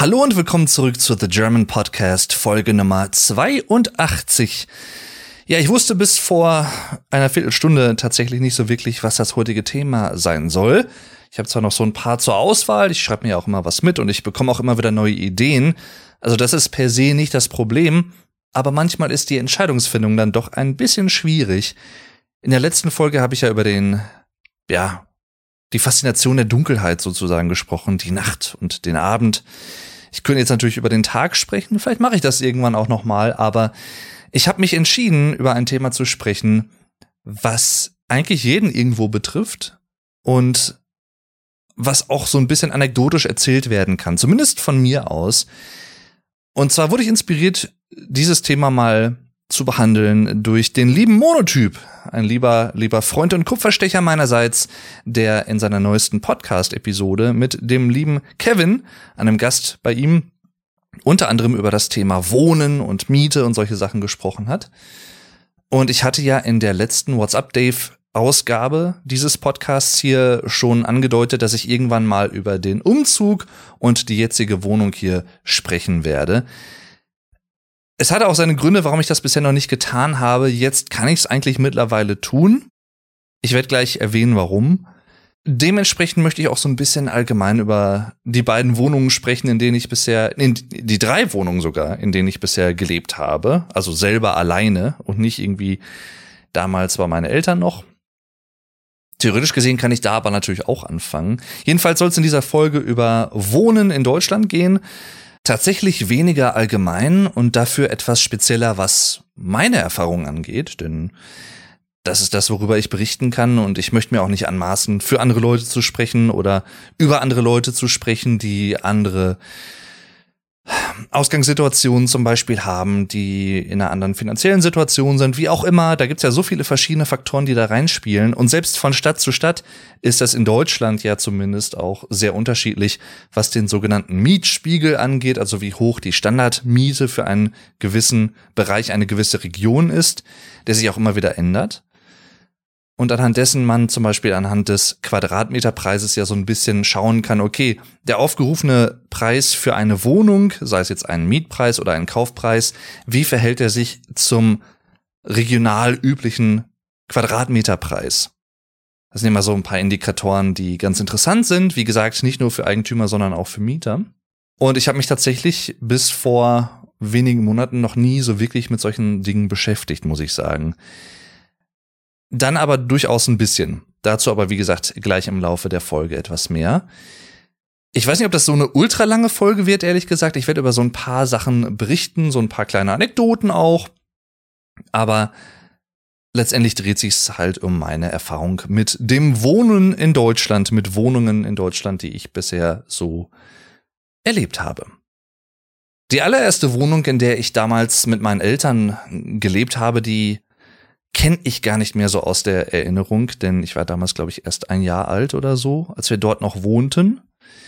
Hallo und willkommen zurück zu The German Podcast, Folge Nummer 82. Ja, ich wusste bis vor einer Viertelstunde tatsächlich nicht so wirklich, was das heutige Thema sein soll. Ich habe zwar noch so ein paar zur Auswahl, ich schreibe mir ja auch immer was mit und ich bekomme auch immer wieder neue Ideen. Also das ist per se nicht das Problem, aber manchmal ist die Entscheidungsfindung dann doch ein bisschen schwierig. In der letzten Folge habe ich ja über die Faszination der Dunkelheit sozusagen gesprochen, die Nacht und den Abend. Ich könnte jetzt natürlich über den Tag sprechen, vielleicht mache ich das irgendwann auch nochmal, aber ich habe mich entschieden, über ein Thema zu sprechen, was eigentlich jeden irgendwo betrifft und was auch so ein bisschen anekdotisch erzählt werden kann, zumindest von mir aus. Und zwar wurde ich inspiriert, dieses Thema mal zu behandeln durch den lieben Monotyp, ein lieber Freund und Kupferstecher meinerseits, der in seiner neuesten Podcast-Episode mit dem lieben Kevin, einem Gast bei ihm, unter anderem über das Thema Wohnen und Miete und solche Sachen gesprochen hat. Und ich hatte ja in der letzten What's Up Dave-Ausgabe dieses Podcasts hier schon angedeutet, dass ich irgendwann mal über den Umzug und die jetzige Wohnung hier sprechen werde. Es hatte auch seine Gründe, warum ich das bisher noch nicht getan habe. Jetzt kann ich es eigentlich mittlerweile tun. Ich werde gleich erwähnen, warum. Dementsprechend möchte ich auch so ein bisschen allgemein über die beiden Wohnungen sprechen, die 3 Wohnungen sogar, in denen ich bisher gelebt habe. Also selber alleine und nicht irgendwie damals bei meinen Eltern noch. Theoretisch gesehen kann ich da aber natürlich auch anfangen. Jedenfalls soll es in dieser Folge über Wohnen in Deutschland gehen. Tatsächlich weniger allgemein und dafür etwas spezieller, was meine Erfahrungen angeht, denn das ist das, worüber ich berichten kann und ich möchte mir auch nicht anmaßen, für andere Leute zu sprechen oder über andere Leute zu sprechen, die andere Ausgangssituationen zum Beispiel haben, die in einer anderen finanziellen Situation sind, wie auch immer. Da gibt's ja so viele verschiedene Faktoren, die da reinspielen. Und selbst von Stadt zu Stadt ist das in Deutschland ja zumindest auch sehr unterschiedlich, was den sogenannten Mietspiegel angeht, also wie hoch die Standardmiete für einen gewissen Bereich, eine gewisse Region ist, der sich auch immer wieder ändert. Und anhand dessen man zum Beispiel anhand des Quadratmeterpreises ja so ein bisschen schauen kann, okay, der aufgerufene Preis für eine Wohnung, sei es jetzt ein Mietpreis oder ein Kaufpreis, wie verhält er sich zum regional üblichen Quadratmeterpreis? Das sind immer so ein paar Indikatoren, die ganz interessant sind. Wie gesagt, nicht nur für Eigentümer, sondern auch für Mieter. Und ich habe mich tatsächlich bis vor wenigen Monaten noch nie so wirklich mit solchen Dingen beschäftigt, muss ich sagen. Dann aber durchaus ein bisschen. Dazu aber, wie gesagt, gleich im Laufe der Folge etwas mehr. Ich weiß nicht, ob das so eine ultralange Folge wird, ehrlich gesagt. Ich werde über so ein paar Sachen berichten, so ein paar kleine Anekdoten auch. Aber letztendlich dreht sich's halt um meine Erfahrung mit dem Wohnen in Deutschland, mit Wohnungen in Deutschland, die ich bisher so erlebt habe. Die allererste Wohnung, in der ich damals mit meinen Eltern gelebt habe, die kenne ich gar nicht mehr so aus der Erinnerung, denn ich war damals, glaube ich, erst 1 Jahr alt oder so, als wir dort noch wohnten.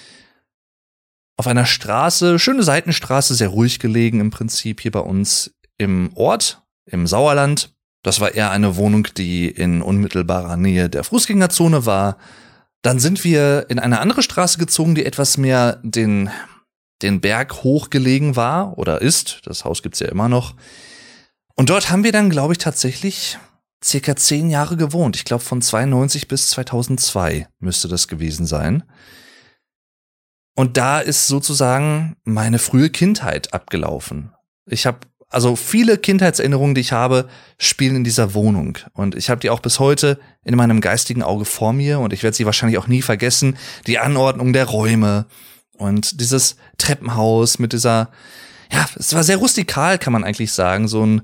Auf einer Straße, schöne Seitenstraße, sehr ruhig gelegen im Prinzip hier bei uns im Ort, im Sauerland. Das war eher eine Wohnung, die in unmittelbarer Nähe der Fußgängerzone war. Dann sind wir in eine andere Straße gezogen, die etwas mehr den Berg hochgelegen war oder ist. Das Haus gibt's ja immer noch. Und dort haben wir dann, glaube ich, tatsächlich circa 10 Jahre gewohnt. Ich glaube, von 92 bis 2002 müsste das gewesen sein. Und da ist sozusagen meine frühe Kindheit abgelaufen. Also viele Kindheitserinnerungen, die ich habe, spielen in dieser Wohnung. Und ich habe die auch bis heute in meinem geistigen Auge vor mir. Und ich werde sie wahrscheinlich auch nie vergessen. Die Anordnung der Räume und dieses Treppenhaus mit dieser... Ja, es war sehr rustikal, kann man eigentlich sagen. So ein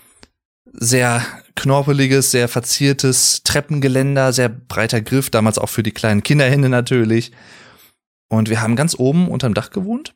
sehr knorpeliges, sehr verziertes Treppengeländer, sehr breiter Griff, damals auch für die kleinen Kinderhände natürlich. Und wir haben ganz oben unterm Dach gewohnt.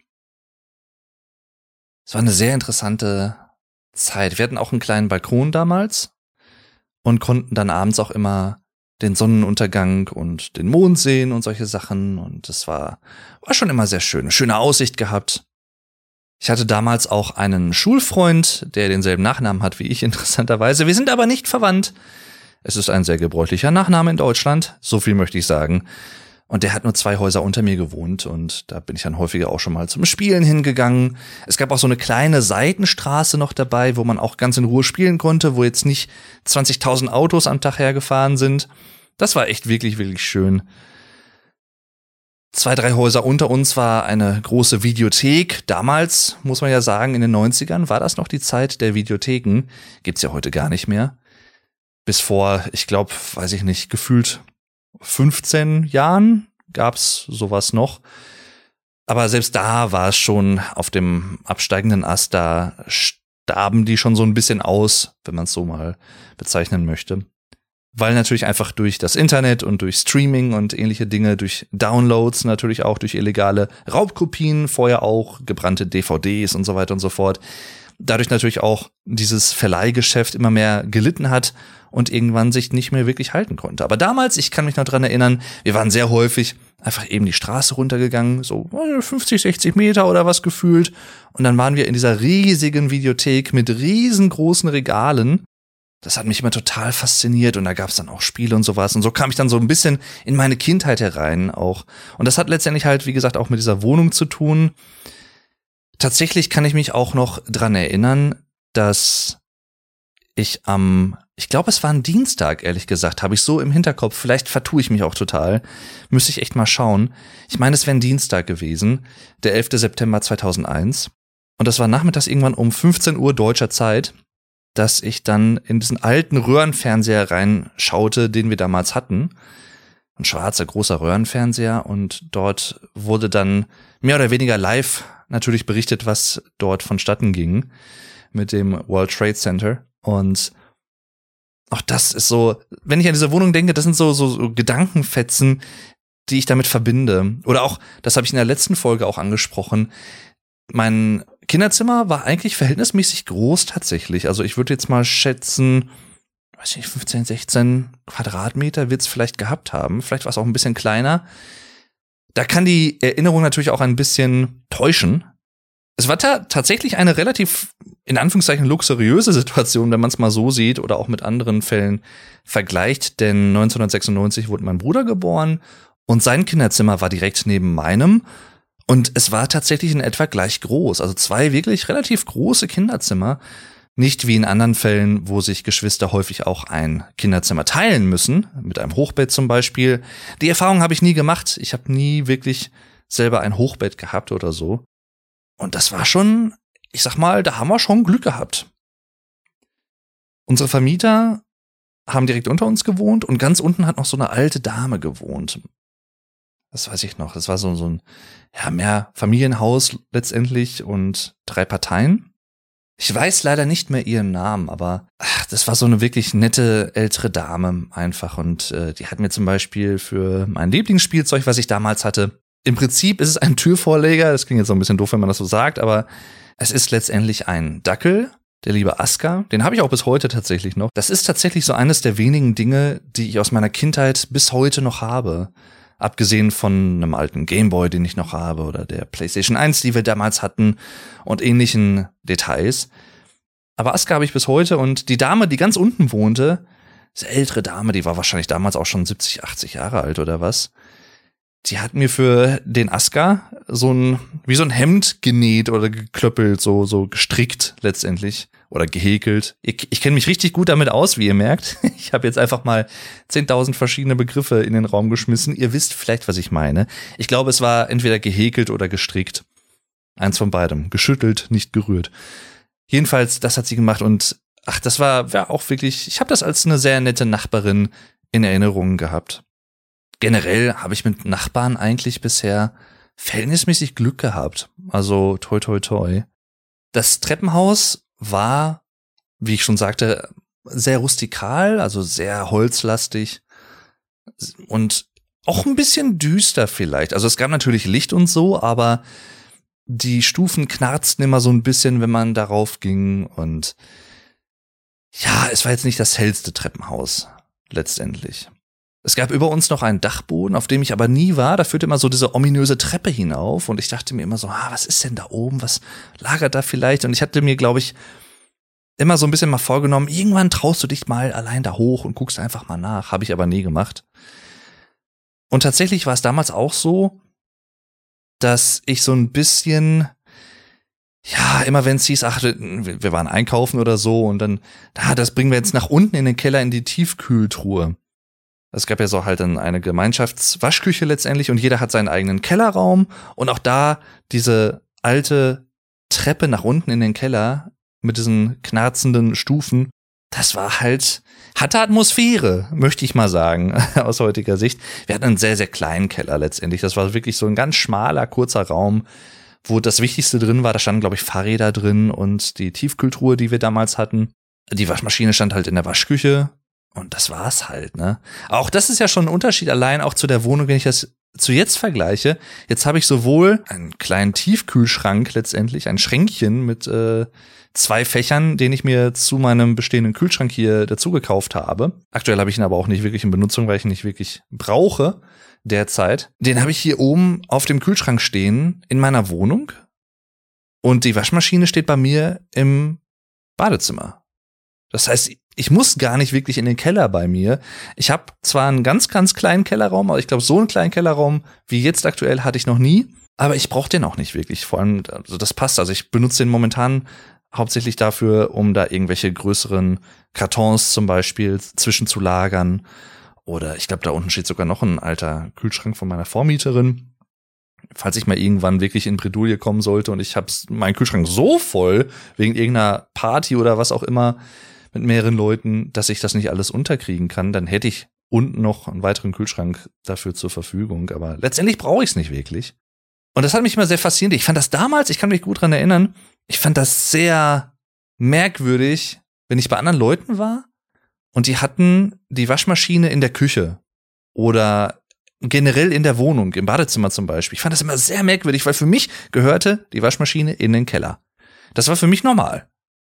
Es war eine sehr interessante Zeit. Wir hatten auch einen kleinen Balkon damals und konnten dann abends auch immer den Sonnenuntergang und den Mond sehen und solche Sachen. Und es war schon immer sehr schön. Eine schöne Aussicht gehabt. Ich hatte damals auch einen Schulfreund, der denselben Nachnamen hat wie ich, interessanterweise. Wir sind aber nicht verwandt. Es ist ein sehr gebräuchlicher Nachname in Deutschland, so viel möchte ich sagen. Und der hat nur 2 Häuser unter mir gewohnt und da bin ich dann häufiger auch schon mal zum Spielen hingegangen. Es gab auch so eine kleine Seitenstraße noch dabei, wo man auch ganz in Ruhe spielen konnte, wo jetzt nicht 20.000 Autos am Tag hergefahren sind. Das war echt wirklich, wirklich schön. 2, 3 Häuser unter uns war eine große Videothek. Damals, muss man ja sagen, in den 90ern war das noch die Zeit der Videotheken. Gibt's ja heute gar nicht mehr. Bis vor, ich glaube, weiß ich nicht, gefühlt 15 Jahren gab's sowas noch. Aber selbst da war es schon auf dem absteigenden Ast, da starben die schon so ein bisschen aus, wenn man es so mal bezeichnen möchte. Weil natürlich einfach durch das Internet und durch Streaming und ähnliche Dinge, durch Downloads natürlich auch, durch illegale Raubkopien, vorher auch gebrannte DVDs und so weiter und so fort, dadurch natürlich auch dieses Verleihgeschäft immer mehr gelitten hat und irgendwann sich nicht mehr wirklich halten konnte. Aber damals, ich kann mich noch dran erinnern, wir waren sehr häufig einfach eben die Straße runtergegangen, so 50, 60 Meter oder was gefühlt. Und dann waren wir in dieser riesigen Videothek mit riesengroßen Regalen. Das hat mich immer total fasziniert und da gab es dann auch Spiele und sowas. Und so kam ich dann so ein bisschen in meine Kindheit herein auch. Und das hat letztendlich halt, wie gesagt, auch mit dieser Wohnung zu tun. Tatsächlich kann ich mich auch noch dran erinnern, dass ich ich glaube, es war ein Dienstag, ehrlich gesagt, habe ich so im Hinterkopf, vielleicht vertue ich mich auch total, müsste ich echt mal schauen. Ich meine, es wäre ein Dienstag gewesen, der 11. September 2001. Und das war nachmittags irgendwann um 15 Uhr deutscher Zeit, dass ich dann in diesen alten Röhrenfernseher reinschaute, den wir damals hatten. Ein schwarzer, großer Röhrenfernseher und dort wurde dann mehr oder weniger live natürlich berichtet, was dort vonstatten ging mit dem World Trade Center. Und auch das ist so, wenn ich an diese Wohnung denke, das sind so Gedankenfetzen, die ich damit verbinde. Oder auch, das habe ich in der letzten Folge auch angesprochen, mein Kinderzimmer war eigentlich verhältnismäßig groß tatsächlich. Also ich würde jetzt mal schätzen, weiß nicht, 15, 16 Quadratmeter wird es vielleicht gehabt haben. Vielleicht war es auch ein bisschen kleiner. Da kann die Erinnerung natürlich auch ein bisschen täuschen. Es war tatsächlich eine relativ, in Anführungszeichen, luxuriöse Situation, wenn man es mal so sieht oder auch mit anderen Fällen vergleicht. Denn 1996 wurde mein Bruder geboren und sein Kinderzimmer war direkt neben meinem. Und es war tatsächlich in etwa gleich groß. Also 2 wirklich relativ große Kinderzimmer. Nicht wie in anderen Fällen, wo sich Geschwister häufig auch ein Kinderzimmer teilen müssen, mit einem Hochbett zum Beispiel. Die Erfahrung habe ich nie gemacht. Ich habe nie wirklich selber ein Hochbett gehabt oder so. Und das war schon, ich sag mal, da haben wir schon Glück gehabt. Unsere Vermieter haben direkt unter uns gewohnt und ganz unten hat noch so eine alte Dame gewohnt. Das weiß ich noch. Das war so ein mehr Familienhaus letztendlich und 3 Parteien. Ich weiß leider nicht mehr ihren Namen, aber das war so eine wirklich nette ältere Dame einfach. Und die hat mir zum Beispiel für mein Lieblingsspielzeug, was ich damals hatte, im Prinzip ist es ein Türvorleger. Das klingt jetzt so ein bisschen doof, wenn man das so sagt, aber es ist letztendlich ein Dackel, der liebe Aska. Den habe ich auch bis heute tatsächlich noch. Das ist tatsächlich so eines der wenigen Dinge, die ich aus meiner Kindheit bis heute noch habe. Abgesehen von einem alten Gameboy, den ich noch habe, oder der PlayStation 1, die wir damals hatten und ähnlichen Details. Aber Aska habe ich bis heute und die Dame, die ganz unten wohnte, diese ältere Dame, die war wahrscheinlich damals auch schon 70, 80 Jahre alt oder was, die hat mir für den Aska wie so ein Hemd genäht oder geklöppelt, so gestrickt letztendlich oder gehäkelt. Ich kenne mich richtig gut damit aus, wie ihr merkt. Ich habe jetzt einfach mal 10.000 verschiedene Begriffe in den Raum geschmissen. Ihr wisst vielleicht, was ich meine. Ich glaube, es war entweder gehäkelt oder gestrickt. Eins von beidem. Geschüttelt, nicht gerührt. Jedenfalls, das hat sie gemacht und das war auch wirklich, ich habe das als eine sehr nette Nachbarin in Erinnerung gehabt. Generell habe ich mit Nachbarn eigentlich bisher verhältnismäßig Glück gehabt. Also toi toi toi. Das Treppenhaus war, wie ich schon sagte, sehr rustikal, also sehr holzlastig und auch ein bisschen düster vielleicht. Also es gab natürlich Licht und so, aber die Stufen knarzten immer so ein bisschen, wenn man darauf ging und ja, es war jetzt nicht das hellste Treppenhaus letztendlich. Es gab über uns noch einen Dachboden, auf dem ich aber nie war. Da führte immer so diese ominöse Treppe hinauf und ich dachte mir immer so, was ist denn da oben? Was lagert da vielleicht? Und ich hatte mir, glaube ich, immer so ein bisschen mal vorgenommen, irgendwann traust du dich mal allein da hoch und guckst einfach mal nach. Habe ich aber nie gemacht. Und tatsächlich war es damals auch so, dass ich so ein bisschen, ja, immer wenn es hieß, ach, wir waren einkaufen oder so und dann, das bringen wir jetzt nach unten in den Keller in die Tiefkühltruhe. Es gab ja so halt dann eine Gemeinschaftswaschküche letztendlich und jeder hat seinen eigenen Kellerraum und auch da diese alte Treppe nach unten in den Keller mit diesen knarzenden Stufen, das war halt, hatte Atmosphäre, möchte ich mal sagen, aus heutiger Sicht. Wir hatten einen sehr, sehr kleinen Keller letztendlich. Das war wirklich so ein ganz schmaler, kurzer Raum, wo das Wichtigste drin war. Da standen, glaube ich, Fahrräder drin und die Tiefkühltruhe, die wir damals hatten. Die Waschmaschine stand halt in der Waschküche und das war's halt, ne? Auch das ist ja schon ein Unterschied allein auch zu der Wohnung, wenn ich das zu jetzt vergleiche. Jetzt habe ich sowohl einen kleinen Tiefkühlschrank letztendlich, ein Schränkchen mit 2 Fächern, den ich mir zu meinem bestehenden Kühlschrank hier dazu gekauft habe. Aktuell habe ich ihn aber auch nicht wirklich in Benutzung, weil ich ihn nicht wirklich brauche derzeit. Den habe ich hier oben auf dem Kühlschrank stehen in meiner Wohnung und die Waschmaschine steht bei mir im Badezimmer. Das heißt, ich muss gar nicht wirklich in den Keller bei mir. Ich habe zwar einen ganz, ganz kleinen Kellerraum, aber ich glaube, so einen kleinen Kellerraum wie jetzt aktuell hatte ich noch nie. Aber ich brauche den auch nicht wirklich. Vor allem, also das passt. Also ich benutze den momentan hauptsächlich dafür, um da irgendwelche größeren Kartons zum Beispiel zwischenzulagern. Oder ich glaube, da unten steht sogar noch ein alter Kühlschrank von meiner Vormieterin. Falls ich mal irgendwann wirklich in Bredouille kommen sollte und ich habe meinen Kühlschrank so voll, wegen irgendeiner Party oder was auch immer, mit mehreren Leuten, dass ich das nicht alles unterkriegen kann, dann hätte ich unten noch einen weiteren Kühlschrank dafür zur Verfügung. Aber letztendlich brauche ich es nicht wirklich. Und das hat mich immer sehr fasziniert. Ich fand das damals, ich kann mich gut dran erinnern, ich fand das sehr merkwürdig, wenn ich bei anderen Leuten war und die hatten die Waschmaschine in der Küche oder generell in der Wohnung, im Badezimmer zum Beispiel. Ich fand das immer sehr merkwürdig, weil für mich gehörte die Waschmaschine in den Keller. Das war für mich normal.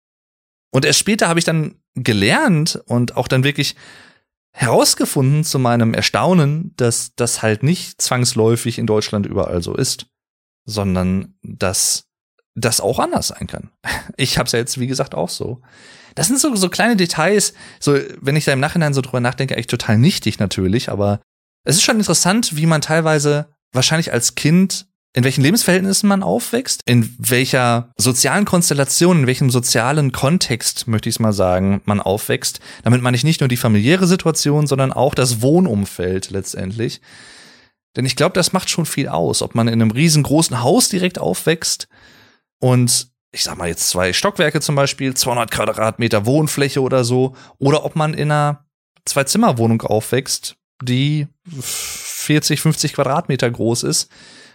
Und erst später habe ich dann gelernt und auch dann wirklich herausgefunden zu meinem Erstaunen, dass das halt nicht zwangsläufig in Deutschland überall so ist, sondern dass das auch anders sein kann. Ich habe es ja jetzt, wie gesagt, auch so. Das sind so kleine Details, so wenn ich da im Nachhinein so drüber nachdenke, eigentlich total nichtig natürlich, aber es ist schon interessant, wie man teilweise wahrscheinlich als Kind, in welchen Lebensverhältnissen man aufwächst, in welcher sozialen Konstellation, in welchem sozialen Kontext, möchte ich es mal sagen, man aufwächst. Damit meine ich nicht nur die familiäre Situation, sondern auch das Wohnumfeld letztendlich. Denn ich glaube, das macht schon viel aus, ob man in einem riesengroßen Haus direkt aufwächst und ich sag mal jetzt 2 Stockwerke zum Beispiel, 200 Quadratmeter Wohnfläche oder so, oder ob man in einer 2-Zimmer-Wohnung aufwächst, die 40, 50 Quadratmeter groß ist,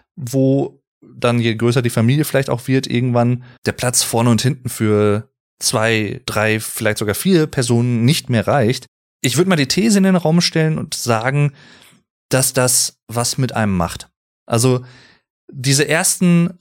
wo dann, je größer die Familie vielleicht auch wird, irgendwann der Platz vorne und hinten für 2, 3, vielleicht sogar 4 Personen nicht mehr reicht. Ich würde mal die These in den Raum stellen und sagen, dass das was mit einem macht. Also diese ersten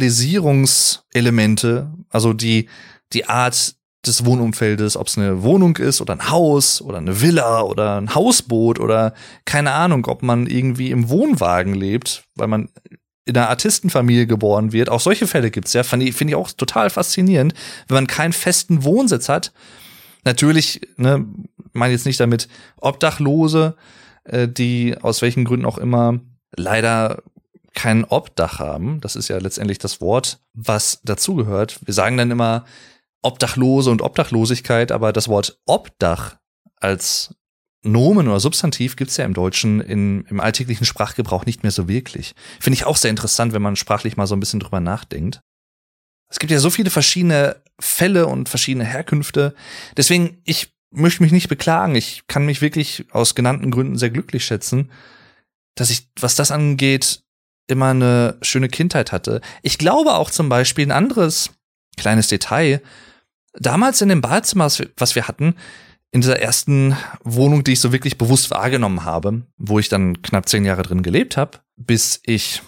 Sozialisierungselemente, also die Art des Wohnumfeldes, ob es eine Wohnung ist oder ein Haus oder eine Villa oder ein Hausboot oder keine Ahnung, ob man irgendwie im Wohnwagen lebt, weil man in einer Artistenfamilie geboren wird. Auch solche Fälle gibt's ja, finde ich auch total faszinierend, wenn man keinen festen Wohnsitz hat. Natürlich, ne, meine jetzt nicht damit Obdachlose, die aus welchen Gründen auch immer leider kein Obdach haben. Das ist ja letztendlich das Wort, was dazugehört. Wir sagen dann immer Obdachlose und Obdachlosigkeit, aber das Wort Obdach als Nomen oder Substantiv gibt's ja im Deutschen im alltäglichen Sprachgebrauch nicht mehr so wirklich. Finde ich auch sehr interessant, wenn man sprachlich mal so ein bisschen drüber nachdenkt. Es gibt ja so viele verschiedene Fälle und verschiedene Herkünfte. Deswegen, ich möchte mich nicht beklagen. Ich kann mich wirklich aus genannten Gründen sehr glücklich schätzen, dass ich, was das angeht, immer eine schöne Kindheit hatte. Ich glaube auch zum Beispiel ein anderes kleines Detail. Damals in dem Badezimmer, was wir hatten, in dieser ersten Wohnung, die ich so wirklich bewusst wahrgenommen habe, wo ich dann knapp 10 Jahre drin gelebt habe, bis ich,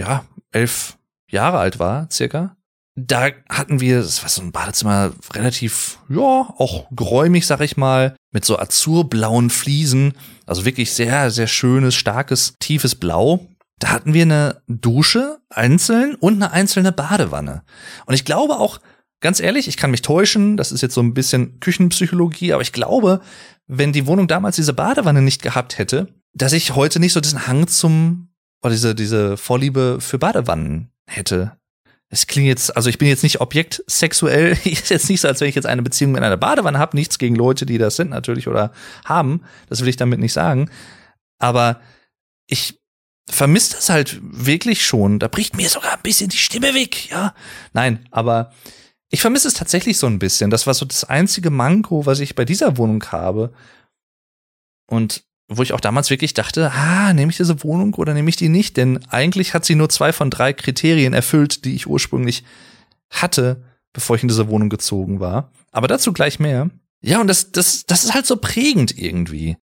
11 Jahre alt war, circa. Da hatten wir, das war so ein Badezimmer, relativ, auch geräumig, sag ich mal, mit so azurblauen Fliesen. Also wirklich sehr, sehr schönes, starkes, tiefes Blau. Da hatten wir eine Dusche einzeln und eine einzelne Badewanne. Und ich glaube auch, ganz ehrlich, ich kann mich täuschen, das ist jetzt so ein bisschen Küchenpsychologie, aber ich glaube, wenn die Wohnung damals diese Badewanne nicht gehabt hätte, dass ich heute nicht so diesen Hang oder diese Vorliebe für Badewannen hätte. Es klingt jetzt, also ich bin jetzt nicht objektsexuell, ist jetzt nicht so, als wenn ich jetzt eine Beziehung in einer Badewanne habe, nichts gegen Leute, die das sind natürlich oder haben, das will ich damit nicht sagen, aber ich vermisse das halt wirklich schon, da bricht mir sogar ein bisschen die Stimme weg, ja, nein, aber ich vermisse es tatsächlich so ein bisschen, das war so das einzige Manko, was ich bei dieser Wohnung habe und wo ich auch damals wirklich dachte, nehme ich diese Wohnung oder nehme ich die nicht? Denn eigentlich hat sie nur 2 von 3 Kriterien erfüllt, die ich ursprünglich hatte, bevor ich in diese Wohnung gezogen war. Aber dazu gleich mehr. Ja, und das ist halt so prägend irgendwie.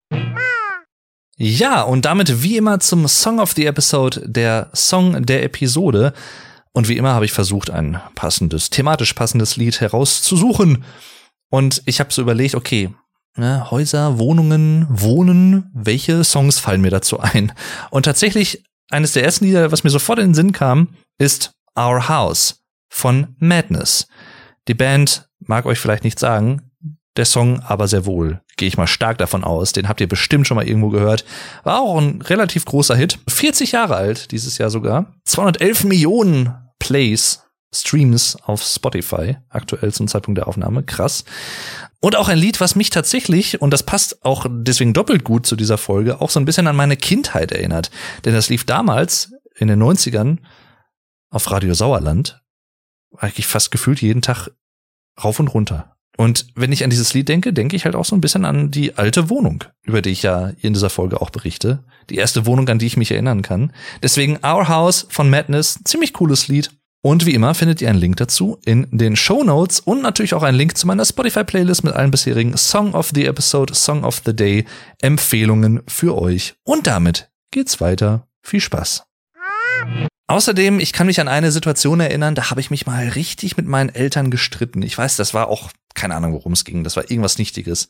Ja, und damit wie immer zum Song of the Episode, der Song der Episode. Und wie immer habe ich versucht, ein thematisch passendes Lied herauszusuchen. Und ich habe so überlegt, okay, Häuser, Wohnungen, Wohnen, welche Songs fallen mir dazu ein? Und tatsächlich, eines der ersten Lieder, was mir sofort in den Sinn kam, ist Our House von Madness. Die Band mag euch vielleicht nicht sagen, der Song aber sehr wohl. Gehe ich mal stark davon aus. Den habt ihr bestimmt schon mal irgendwo gehört. War auch ein relativ großer Hit. 40 Jahre alt, dieses Jahr sogar. 211 Millionen Plays, Streams auf Spotify, aktuell zum Zeitpunkt der Aufnahme. Krass. Und auch ein Lied, was mich tatsächlich, und das passt auch deswegen doppelt gut zu dieser Folge, auch so ein bisschen an meine Kindheit erinnert. Denn das lief damals in den 90ern auf Radio Sauerland, eigentlich fast gefühlt jeden Tag rauf und runter. Und wenn ich an dieses Lied denke, denke ich halt auch so ein bisschen an die alte Wohnung, über die ich ja in dieser Folge auch berichte. Die erste Wohnung, an die ich mich erinnern kann. Deswegen Our House von Madness, ziemlich cooles Lied. Und wie immer findet ihr einen Link dazu in den Shownotes und natürlich auch einen Link zu meiner Spotify-Playlist mit allen bisherigen Song of the Episode, Song of the Day Empfehlungen für euch. Und damit geht's weiter. Viel Spaß. Außerdem, ich kann mich an eine Situation erinnern, da habe ich mich mal richtig mit meinen Eltern gestritten. Ich weiß, das war auch, keine Ahnung, worum es ging. Das war irgendwas Nichtiges.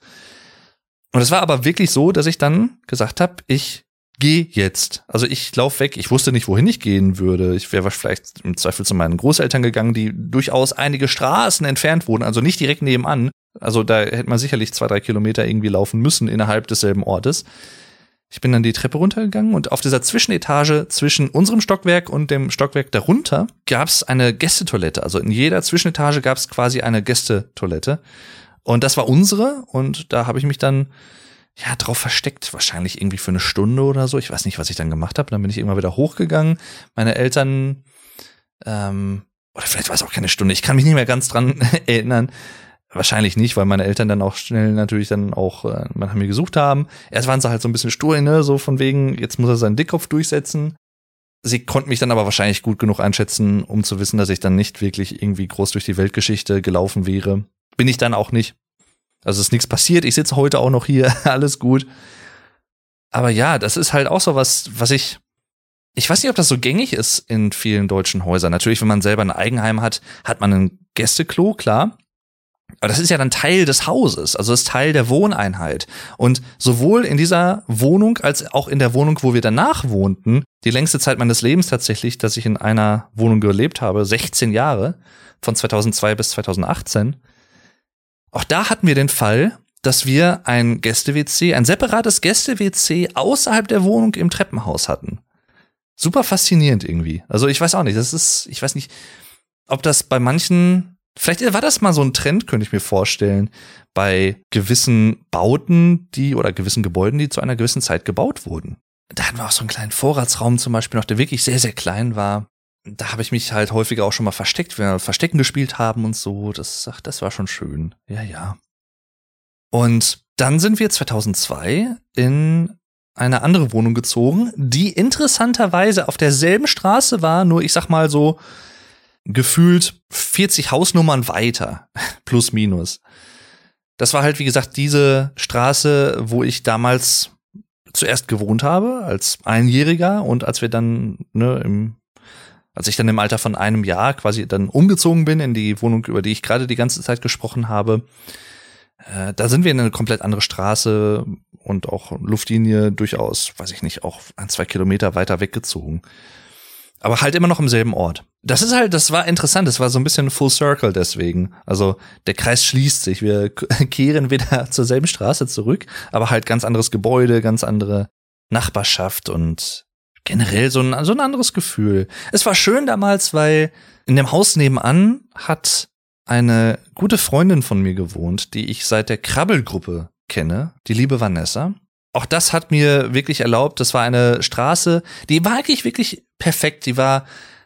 Und es war aber wirklich so, dass ich dann gesagt habe, ich geh jetzt. Also ich lauf weg. Ich wusste nicht, wohin ich gehen würde. Ich wäre vielleicht im Zweifel zu meinen Großeltern gegangen, die durchaus einige Straßen entfernt wohnen, also nicht direkt nebenan. Also da hätte man sicherlich 2-3 Kilometer irgendwie laufen müssen innerhalb desselben Ortes. Ich bin dann die Treppe runtergegangen und auf dieser Zwischenetage zwischen unserem Stockwerk und dem Stockwerk darunter gab es eine Gästetoilette. Also in jeder Zwischenetage gab es quasi eine Gästetoilette. Und das war unsere und da habe ich mich dann drauf versteckt, wahrscheinlich irgendwie für eine Stunde oder so. Ich weiß nicht, was ich dann gemacht habe. Dann bin ich irgendwann wieder hochgegangen. Meine Eltern, oder vielleicht war es auch keine Stunde, ich kann mich nicht mehr ganz dran erinnern. Wahrscheinlich nicht, weil meine Eltern dann auch schnell natürlich dann auch nach mir gesucht haben. Erst waren sie halt so ein bisschen stur, ne, so von wegen, jetzt muss er seinen Dickkopf durchsetzen. Sie konnten mich dann aber wahrscheinlich gut genug einschätzen, um zu wissen, dass ich dann nicht wirklich irgendwie groß durch die Weltgeschichte gelaufen wäre. Bin ich dann auch nicht. Also ist nichts passiert, ich sitze heute auch noch hier, alles gut. Aber ja, das ist halt auch so was ich weiß nicht, ob das so gängig ist in vielen deutschen Häusern. Natürlich, wenn man selber ein Eigenheim hat, hat man ein Gästeklo, klar. Aber das ist ja dann Teil des Hauses, also ist Teil der Wohneinheit. Und sowohl in dieser Wohnung als auch in der Wohnung, wo wir danach wohnten, die längste Zeit meines Lebens tatsächlich, dass ich in einer Wohnung gelebt habe, 16 Jahre, von 2002 bis 2018, auch da hatten wir den Fall, dass wir ein Gäste-WC, ein separates Gäste-WC außerhalb der Wohnung im Treppenhaus hatten. Super faszinierend irgendwie. Also ich weiß auch nicht, ich weiß nicht, ob das bei manchen, vielleicht war das mal so ein Trend, könnte ich mir vorstellen, bei gewissen Bauten, oder gewissen Gebäuden, die zu einer gewissen Zeit gebaut wurden. Da hatten wir auch so einen kleinen Vorratsraum zum Beispiel noch, der wirklich sehr, sehr klein war. Da habe ich mich halt häufiger auch schon mal versteckt, wenn wir Verstecken gespielt haben und so. Das war schon schön. Ja. Und dann sind wir 2002 in eine andere Wohnung gezogen, die interessanterweise auf derselben Straße war, nur ich sag mal so gefühlt 40 Hausnummern weiter, plus minus. Das war halt, wie gesagt, diese Straße, wo ich damals zuerst gewohnt habe, als Einjähriger und als wir dann, als ich dann im Alter von einem Jahr quasi dann umgezogen bin in die Wohnung, über die ich gerade die ganze Zeit gesprochen habe, da sind wir in eine komplett andere Straße und auch Luftlinie durchaus, weiß ich nicht, auch 1-2 Kilometer weiter weggezogen. Aber halt immer noch im selben Ort. Das war interessant, das war so ein bisschen Full Circle deswegen. Also der Kreis schließt sich, wir kehren wieder zur selben Straße zurück, aber halt ganz anderes Gebäude, ganz andere Nachbarschaft und generell so ein anderes Gefühl. Es war schön damals, weil in dem Haus nebenan hat eine gute Freundin von mir gewohnt, die ich seit der Krabbelgruppe kenne, die liebe Vanessa. Auch das hat mir wirklich erlaubt, das war eine Straße, die war eigentlich wirklich perfekt. Die war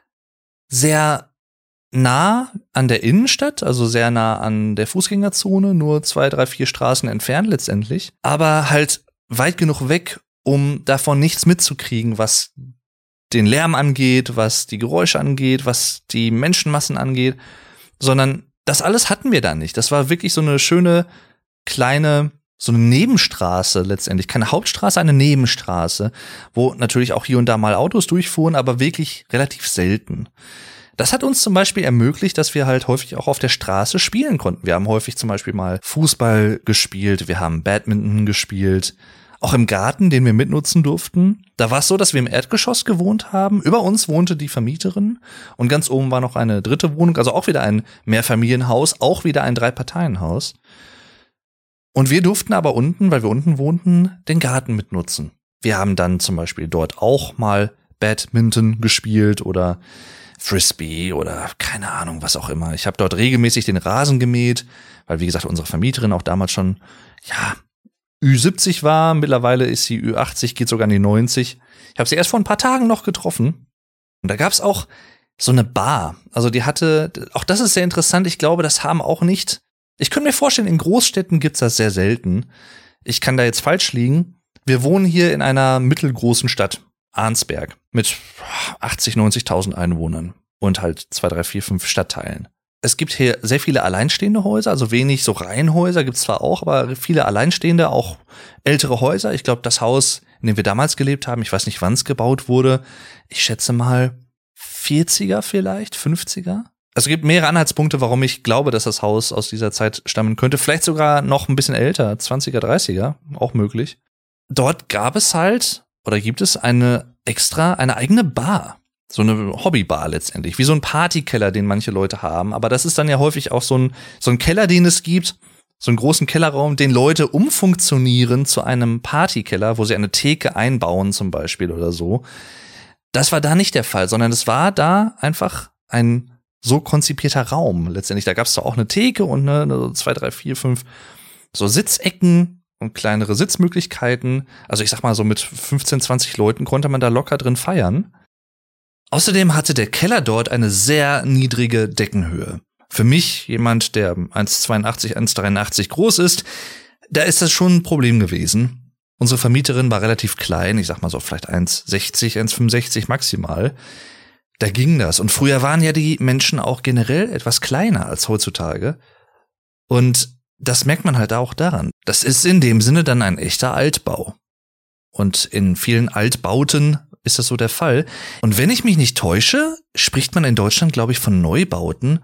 sehr nah an der Innenstadt, also sehr nah an der Fußgängerzone, nur 2, 3, 4 Straßen entfernt letztendlich, aber halt weit genug weg, um davon nichts mitzukriegen, was den Lärm angeht, was die Geräusche angeht, was die Menschenmassen angeht, sondern das alles hatten wir da nicht. Das war wirklich so eine schöne, kleine, so eine Nebenstraße letztendlich. Keine Hauptstraße, eine Nebenstraße, wo natürlich auch hier und da mal Autos durchfuhren, aber wirklich relativ selten. Das hat uns zum Beispiel ermöglicht, dass wir halt häufig auch auf der Straße spielen konnten. Wir haben häufig zum Beispiel mal Fußball gespielt, wir haben Badminton gespielt, auch im Garten, den wir mitnutzen durften. Da war es so, dass wir im Erdgeschoss gewohnt haben. Über uns wohnte die Vermieterin und ganz oben war noch eine dritte Wohnung, also auch wieder ein Mehrfamilienhaus, auch wieder ein 3-Parteien-Haus. Und wir durften aber unten, weil wir unten wohnten, den Garten mitnutzen. Wir haben dann zum Beispiel dort auch mal Badminton gespielt oder Frisbee oder keine Ahnung, was auch immer. Ich habe dort regelmäßig den Rasen gemäht, weil wie gesagt, unsere Vermieterin auch damals schon, ja, Ü70 war. Mittlerweile ist sie Ü80, geht sogar an die 90. Ich habe sie erst vor ein paar Tagen noch getroffen. Und da gab's auch so eine Bar. Also die hatte, auch das ist sehr interessant, ich glaube, das haben auch nicht, ich könnte mir vorstellen, in Großstädten gibt's das sehr selten. Ich kann da jetzt falsch liegen. Wir wohnen hier in einer mittelgroßen Stadt, Arnsberg, mit 80, 90.000 Einwohnern und halt 2, 3, 4, 5 Stadtteilen. Es gibt hier sehr viele alleinstehende Häuser, also wenig so Reihenhäuser gibt's zwar auch, aber viele alleinstehende, auch ältere Häuser. Ich glaube, das Haus, in dem wir damals gelebt haben, ich weiß nicht, wann es gebaut wurde, ich schätze mal 40er vielleicht, 50er. Also es gibt mehrere Anhaltspunkte, warum ich glaube, dass das Haus aus dieser Zeit stammen könnte. Vielleicht sogar noch ein bisschen älter, 20er, 30er, auch möglich. Dort gab es halt, oder gibt es eine eigene Bar. So eine Hobbybar letztendlich, wie so ein Partykeller, den manche Leute haben. Aber das ist dann ja häufig auch so ein Keller, den es gibt, so einen großen Kellerraum, den Leute umfunktionieren zu einem Partykeller, wo sie eine Theke einbauen zum Beispiel oder so. Das war da nicht der Fall, sondern es war da einfach ein so konzipierter Raum letztendlich. Da gab es doch auch eine Theke und eine 2, 3, 4, 5 so Sitzecken und kleinere Sitzmöglichkeiten. Also ich sag mal, so mit 15, 20 Leuten konnte man da locker drin feiern. Außerdem hatte der Keller dort eine sehr niedrige Deckenhöhe. Für mich, jemand, der 1,82, 1,83 groß ist, da ist das schon ein Problem gewesen. Unsere Vermieterin war relativ klein, ich sag mal so vielleicht 1,60, 1,65 maximal. Da ging das. Und früher waren ja die Menschen auch generell etwas kleiner als heutzutage. Und das merkt man halt auch daran. Das ist in dem Sinne dann ein echter Altbau. Und in vielen Altbauten ist das so der Fall. Und wenn ich mich nicht täusche, spricht man in Deutschland, glaube ich, von Neubauten,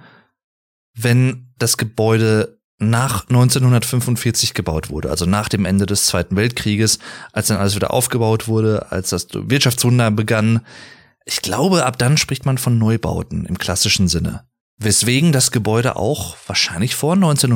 wenn das Gebäude nach 1945 gebaut wurde, also nach dem Ende des Zweiten Weltkrieges, als dann alles wieder aufgebaut wurde, als das Wirtschaftswunder begann. Ich glaube, ab dann spricht man von Neubauten im klassischen Sinne. Weswegen das Gebäude auch wahrscheinlich vor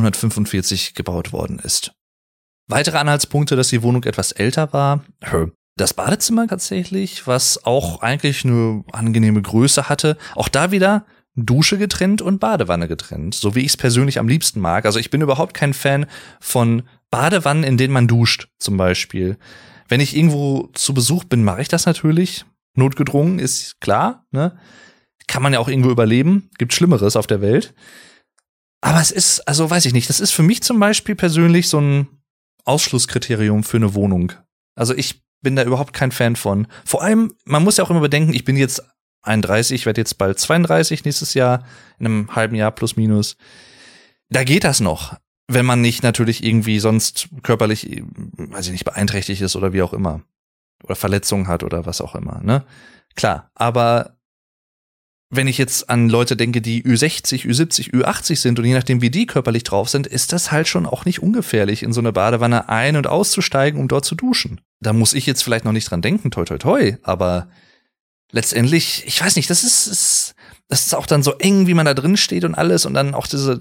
1945 gebaut worden ist. Weitere Anhaltspunkte, dass die Wohnung etwas älter war. Das Badezimmer tatsächlich, was auch eigentlich eine angenehme Größe hatte. Auch da wieder Dusche getrennt und Badewanne getrennt. So wie ich es persönlich am liebsten mag. Also ich bin überhaupt kein Fan von Badewannen, in denen man duscht zum Beispiel. Wenn ich irgendwo zu Besuch bin, mache ich das natürlich. Notgedrungen, ist klar, ne? Kann man ja auch irgendwo überleben. Gibt Schlimmeres auf der Welt. Aber es ist, also weiß ich nicht, das ist für mich zum Beispiel persönlich so ein Ausschlusskriterium für eine Wohnung. Also ich bin da überhaupt kein Fan von. Vor allem, man muss ja auch immer bedenken, ich bin jetzt 31, ich werde jetzt bald 32 nächstes Jahr, in einem halben Jahr plus minus. Da geht das noch, wenn man nicht natürlich irgendwie sonst körperlich, weiß ich nicht, beeinträchtigt ist oder wie auch immer. Oder Verletzungen hat oder was auch immer, ne? Klar, aber wenn ich jetzt an Leute denke, die Ü60, Ü70, Ü80 sind und je nachdem, wie die körperlich drauf sind, ist das halt schon auch nicht ungefährlich, in so eine Badewanne ein- und auszusteigen, um dort zu duschen. Da muss ich jetzt vielleicht noch nicht dran denken, toi toi toi, aber letztendlich, ich weiß nicht, das ist es ist auch dann so eng, wie man da drin steht und alles und dann auch diese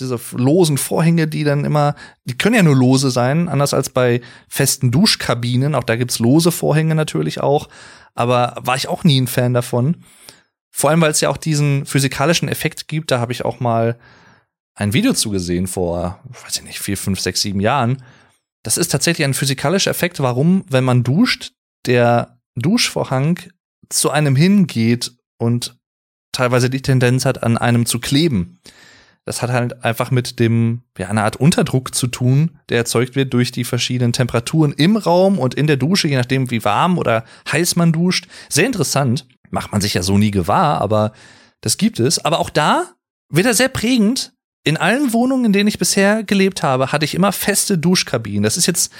losen Vorhänge, die können ja nur lose sein, anders als bei festen Duschkabinen. Auch da gibt's lose Vorhänge natürlich auch, aber war ich auch nie ein Fan davon. Vor allem, weil es ja auch diesen physikalischen Effekt gibt. Da habe ich auch mal ein Video zugesehen vor, weiß ich nicht, 4, 5, 6, 7 Jahren. Das ist tatsächlich ein physikalischer Effekt, warum, wenn man duscht, der Duschvorhang zu einem hingeht und teilweise die Tendenz hat, an einem zu kleben. Das hat halt einfach mit einer Art Unterdruck zu tun, der erzeugt wird durch die verschiedenen Temperaturen im Raum und in der Dusche, je nachdem, wie warm oder heiß man duscht. Sehr interessant. Macht man sich ja so nie gewahr, aber das gibt es. Aber auch da wird er sehr prägend. In allen Wohnungen, in denen ich bisher gelebt habe, hatte ich immer feste Duschkabinen. Das ist jetzt,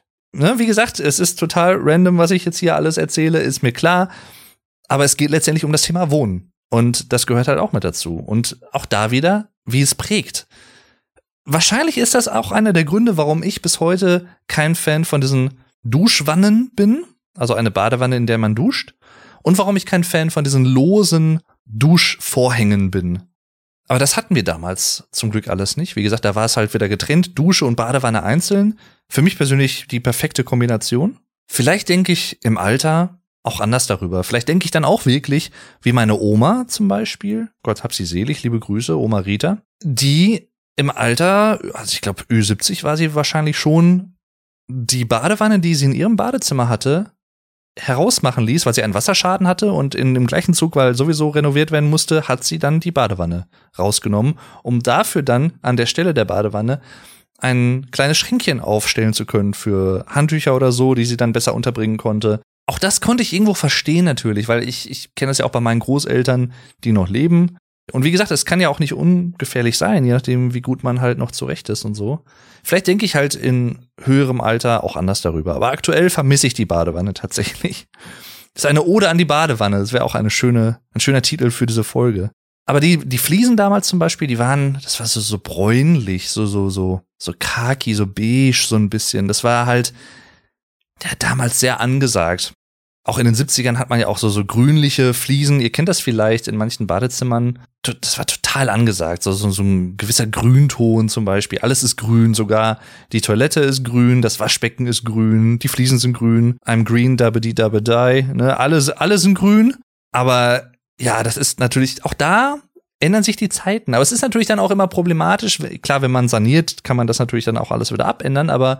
wie gesagt, es ist total random, was ich jetzt hier alles erzähle, ist mir klar. Aber es geht letztendlich um das Thema Wohnen. Und das gehört halt auch mit dazu. Und auch da wieder, wie es prägt. Wahrscheinlich ist das auch einer der Gründe, warum ich bis heute kein Fan von diesen Duschwannen bin. Also eine Badewanne, in der man duscht. Und warum ich kein Fan von diesen losen Duschvorhängen bin. Aber das hatten wir damals zum Glück alles nicht. Wie gesagt, da war es halt wieder getrennt, Dusche und Badewanne einzeln. Für mich persönlich die perfekte Kombination. Vielleicht denke ich im Alter auch anders darüber. Vielleicht denke ich dann auch wirklich, wie meine Oma zum Beispiel, Gott hab sie selig, liebe Grüße, Oma Rita, die im Alter, also ich glaube Ü70 war sie wahrscheinlich schon, die Badewanne, die sie in ihrem Badezimmer hatte, herausmachen ließ, weil sie einen Wasserschaden hatte und in dem gleichen Zug, weil sowieso renoviert werden musste, hat sie dann die Badewanne rausgenommen, um dafür dann an der Stelle der Badewanne ein kleines Schränkchen aufstellen zu können für Handtücher oder so, die sie dann besser unterbringen konnte. Auch das konnte ich irgendwo verstehen natürlich, weil ich kenne das ja auch bei meinen Großeltern, die noch leben. Und wie gesagt, es kann ja auch nicht ungefährlich sein, je nachdem, wie gut man halt noch zurecht ist und so. Vielleicht denke ich halt in höherem Alter auch anders darüber. Aber aktuell vermisse ich die Badewanne tatsächlich. Das ist eine Ode an die Badewanne. Das wäre auch ein schöner Titel für diese Folge. Aber die Fliesen damals zum Beispiel, das war so bräunlich, so khaki, so beige, so ein bisschen. Das war halt damals sehr angesagt. Auch in den 70ern hat man ja auch so grünliche Fliesen. Ihr kennt das vielleicht in manchen Badezimmern. Das war total angesagt. So ein gewisser Grünton zum Beispiel. Alles ist grün, sogar die Toilette ist grün, das Waschbecken ist grün, die Fliesen sind grün. I'm green, dabba-di, dabba-di. Ne? Alle sind grün. Aber ja, das ist natürlich, auch da ändern sich die Zeiten. Aber es ist natürlich dann auch immer problematisch. Klar, wenn man saniert, kann man das natürlich dann auch alles wieder abändern. Aber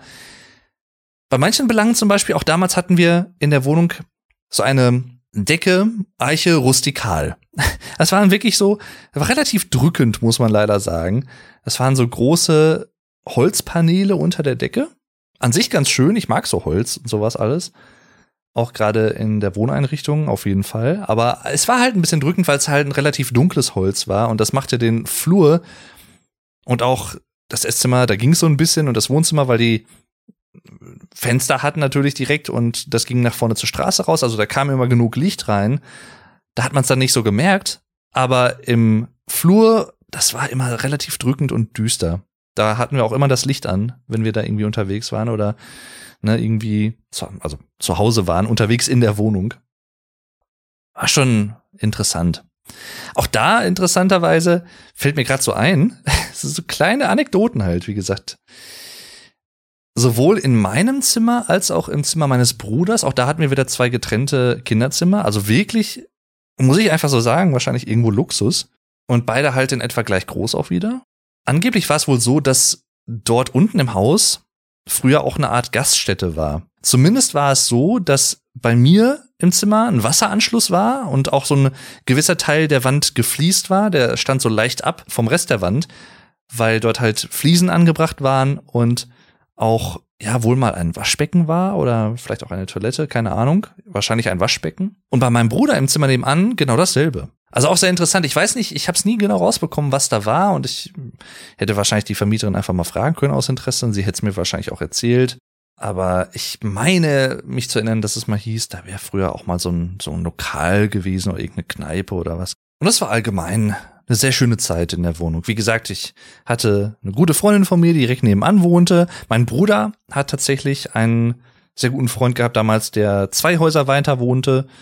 bei manchen Belangen zum Beispiel, auch damals hatten wir in der Wohnung so eine Decke, Eiche, rustikal. Das war wirklich so, war relativ drückend, muss man leider sagen. Das waren so große Holzpaneele unter der Decke. An sich ganz schön, ich mag so Holz und sowas alles. Auch gerade in der Wohneinrichtung auf jeden Fall. Aber es war halt ein bisschen drückend, weil es halt ein relativ dunkles Holz war. Und das machte den Flur und auch das Esszimmer, da ging es so ein bisschen, und das Wohnzimmer, weil die Fenster hatten natürlich direkt und das ging nach vorne zur Straße raus, also da kam immer genug Licht rein. Da hat man es dann nicht so gemerkt, aber im Flur, das war immer relativ drückend und düster. Da hatten wir auch immer das Licht an, wenn wir da irgendwie unterwegs waren oder irgendwie zu Hause waren, unterwegs in der Wohnung. War schon interessant. Auch da interessanterweise fällt mir gerade so ein, so kleine Anekdoten halt, wie gesagt. Sowohl in meinem Zimmer als auch im Zimmer meines Bruders. Auch da hatten wir wieder 2 getrennte Kinderzimmer. Also wirklich, muss ich einfach so sagen, wahrscheinlich irgendwo Luxus. Und beide halt in etwa gleich groß auch wieder. Angeblich war es wohl so, dass dort unten im Haus früher auch eine Art Gaststätte war. Zumindest war es so, dass bei mir im Zimmer ein Wasseranschluss war und auch so ein gewisser Teil der Wand gefliest war. Der stand so leicht ab vom Rest der Wand, weil dort halt Fliesen angebracht waren und auch, ja, wohl mal ein Waschbecken war oder vielleicht auch eine Toilette, keine Ahnung. Wahrscheinlich ein Waschbecken. Und bei meinem Bruder im Zimmer nebenan genau dasselbe. Also auch sehr interessant. Ich weiß nicht, ich habe es nie genau rausbekommen, was da war. Und ich hätte wahrscheinlich die Vermieterin einfach mal fragen können aus Interesse. Und sie hätte es mir wahrscheinlich auch erzählt. Aber ich meine, mich zu erinnern, dass es mal hieß, da wäre früher auch mal so ein Lokal gewesen oder irgendeine Kneipe oder was. Und das war allgemein eine sehr schöne Zeit in der Wohnung. Wie gesagt, ich hatte eine gute Freundin von mir, die direkt nebenan wohnte. Mein Bruder hat tatsächlich einen sehr guten Freund gehabt damals, der 2 Häuser weiter wohnte.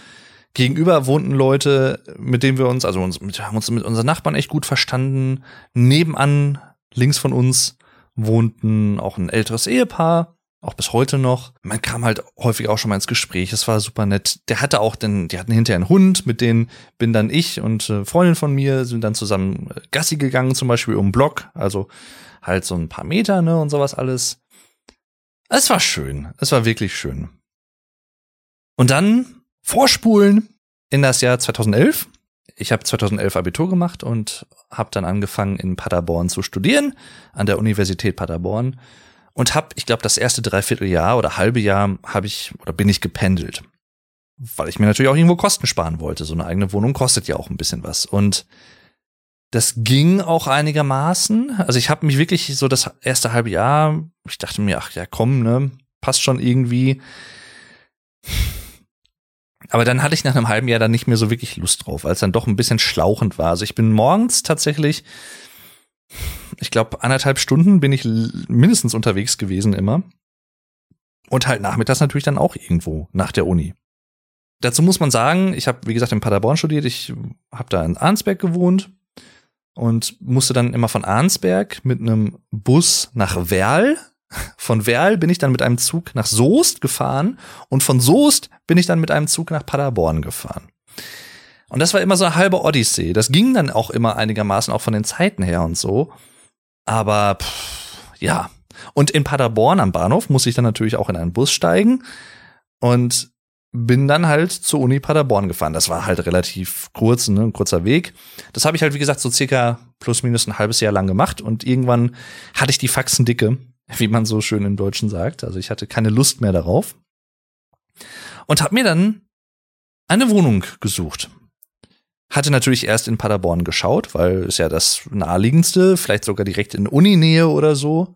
Gegenüber wohnten Leute, mit denen wir uns, also haben uns mit unseren Nachbarn echt gut verstanden. Nebenan, links von uns, wohnten auch ein älteres Ehepaar, auch bis heute noch. Man kam halt häufig auch schon mal ins Gespräch, es war super nett. Die hatten hinterher einen Hund, mit denen bin dann ich und Freundin von mir, sind dann zusammen Gassi gegangen, zum Beispiel um den Block, also halt so ein paar Meter, ne, und sowas alles. Es war schön, es war wirklich schön. Und dann vorspulen in das Jahr 2011. Ich habe 2011 Abitur gemacht und habe dann angefangen in Paderborn zu studieren, an der Universität Paderborn. Und habe, ich glaube, das erste Dreivierteljahr oder halbe Jahr bin ich gependelt. Weil ich mir natürlich auch irgendwo Kosten sparen wollte. So eine eigene Wohnung kostet ja auch ein bisschen was. Und das ging auch einigermaßen. Also ich habe mich wirklich so das erste halbe Jahr, ich dachte mir, ach ja komm, ne, passt schon irgendwie. Aber dann hatte ich nach einem halben Jahr dann nicht mehr so wirklich Lust drauf, weil es dann doch ein bisschen schlauchend war. Also ich bin morgens tatsächlich, ich glaube 1,5 Stunden bin ich mindestens unterwegs gewesen immer. Und halt nachmittags natürlich dann auch irgendwo nach der Uni. Dazu muss man sagen, ich habe, wie gesagt, in Paderborn studiert. Ich habe da in Arnsberg gewohnt und musste dann immer von Arnsberg mit einem Bus nach Werl. Von Werl bin ich dann mit einem Zug nach Soest gefahren und von Soest bin ich dann mit einem Zug nach Paderborn gefahren. Und das war immer so eine halbe Odyssee. Das ging dann auch immer einigermaßen auch von den Zeiten her und so. Aber ja. Und in Paderborn am Bahnhof musste ich dann natürlich auch in einen Bus steigen und bin dann halt zur Uni Paderborn gefahren. Das war halt relativ kurz, ne, ein kurzer Weg. Das habe ich halt, wie gesagt, so circa plus minus ein halbes Jahr lang gemacht und irgendwann hatte ich die Faxen dicke, wie man so schön im Deutschen sagt. Also ich hatte keine Lust mehr darauf und habe mir dann eine Wohnung gesucht. Hatte natürlich erst in Paderborn geschaut, weil es ja das naheliegendste, vielleicht sogar direkt in Uninähe oder so.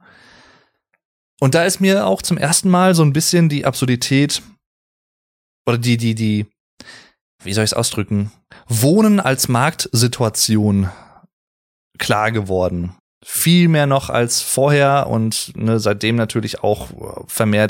Und da ist mir auch zum ersten Mal so ein bisschen die Absurdität oder wie soll ich es ausdrücken? Wohnen als Marktsituation klar geworden. Viel mehr noch als vorher und ne, seitdem natürlich auch vermehrt.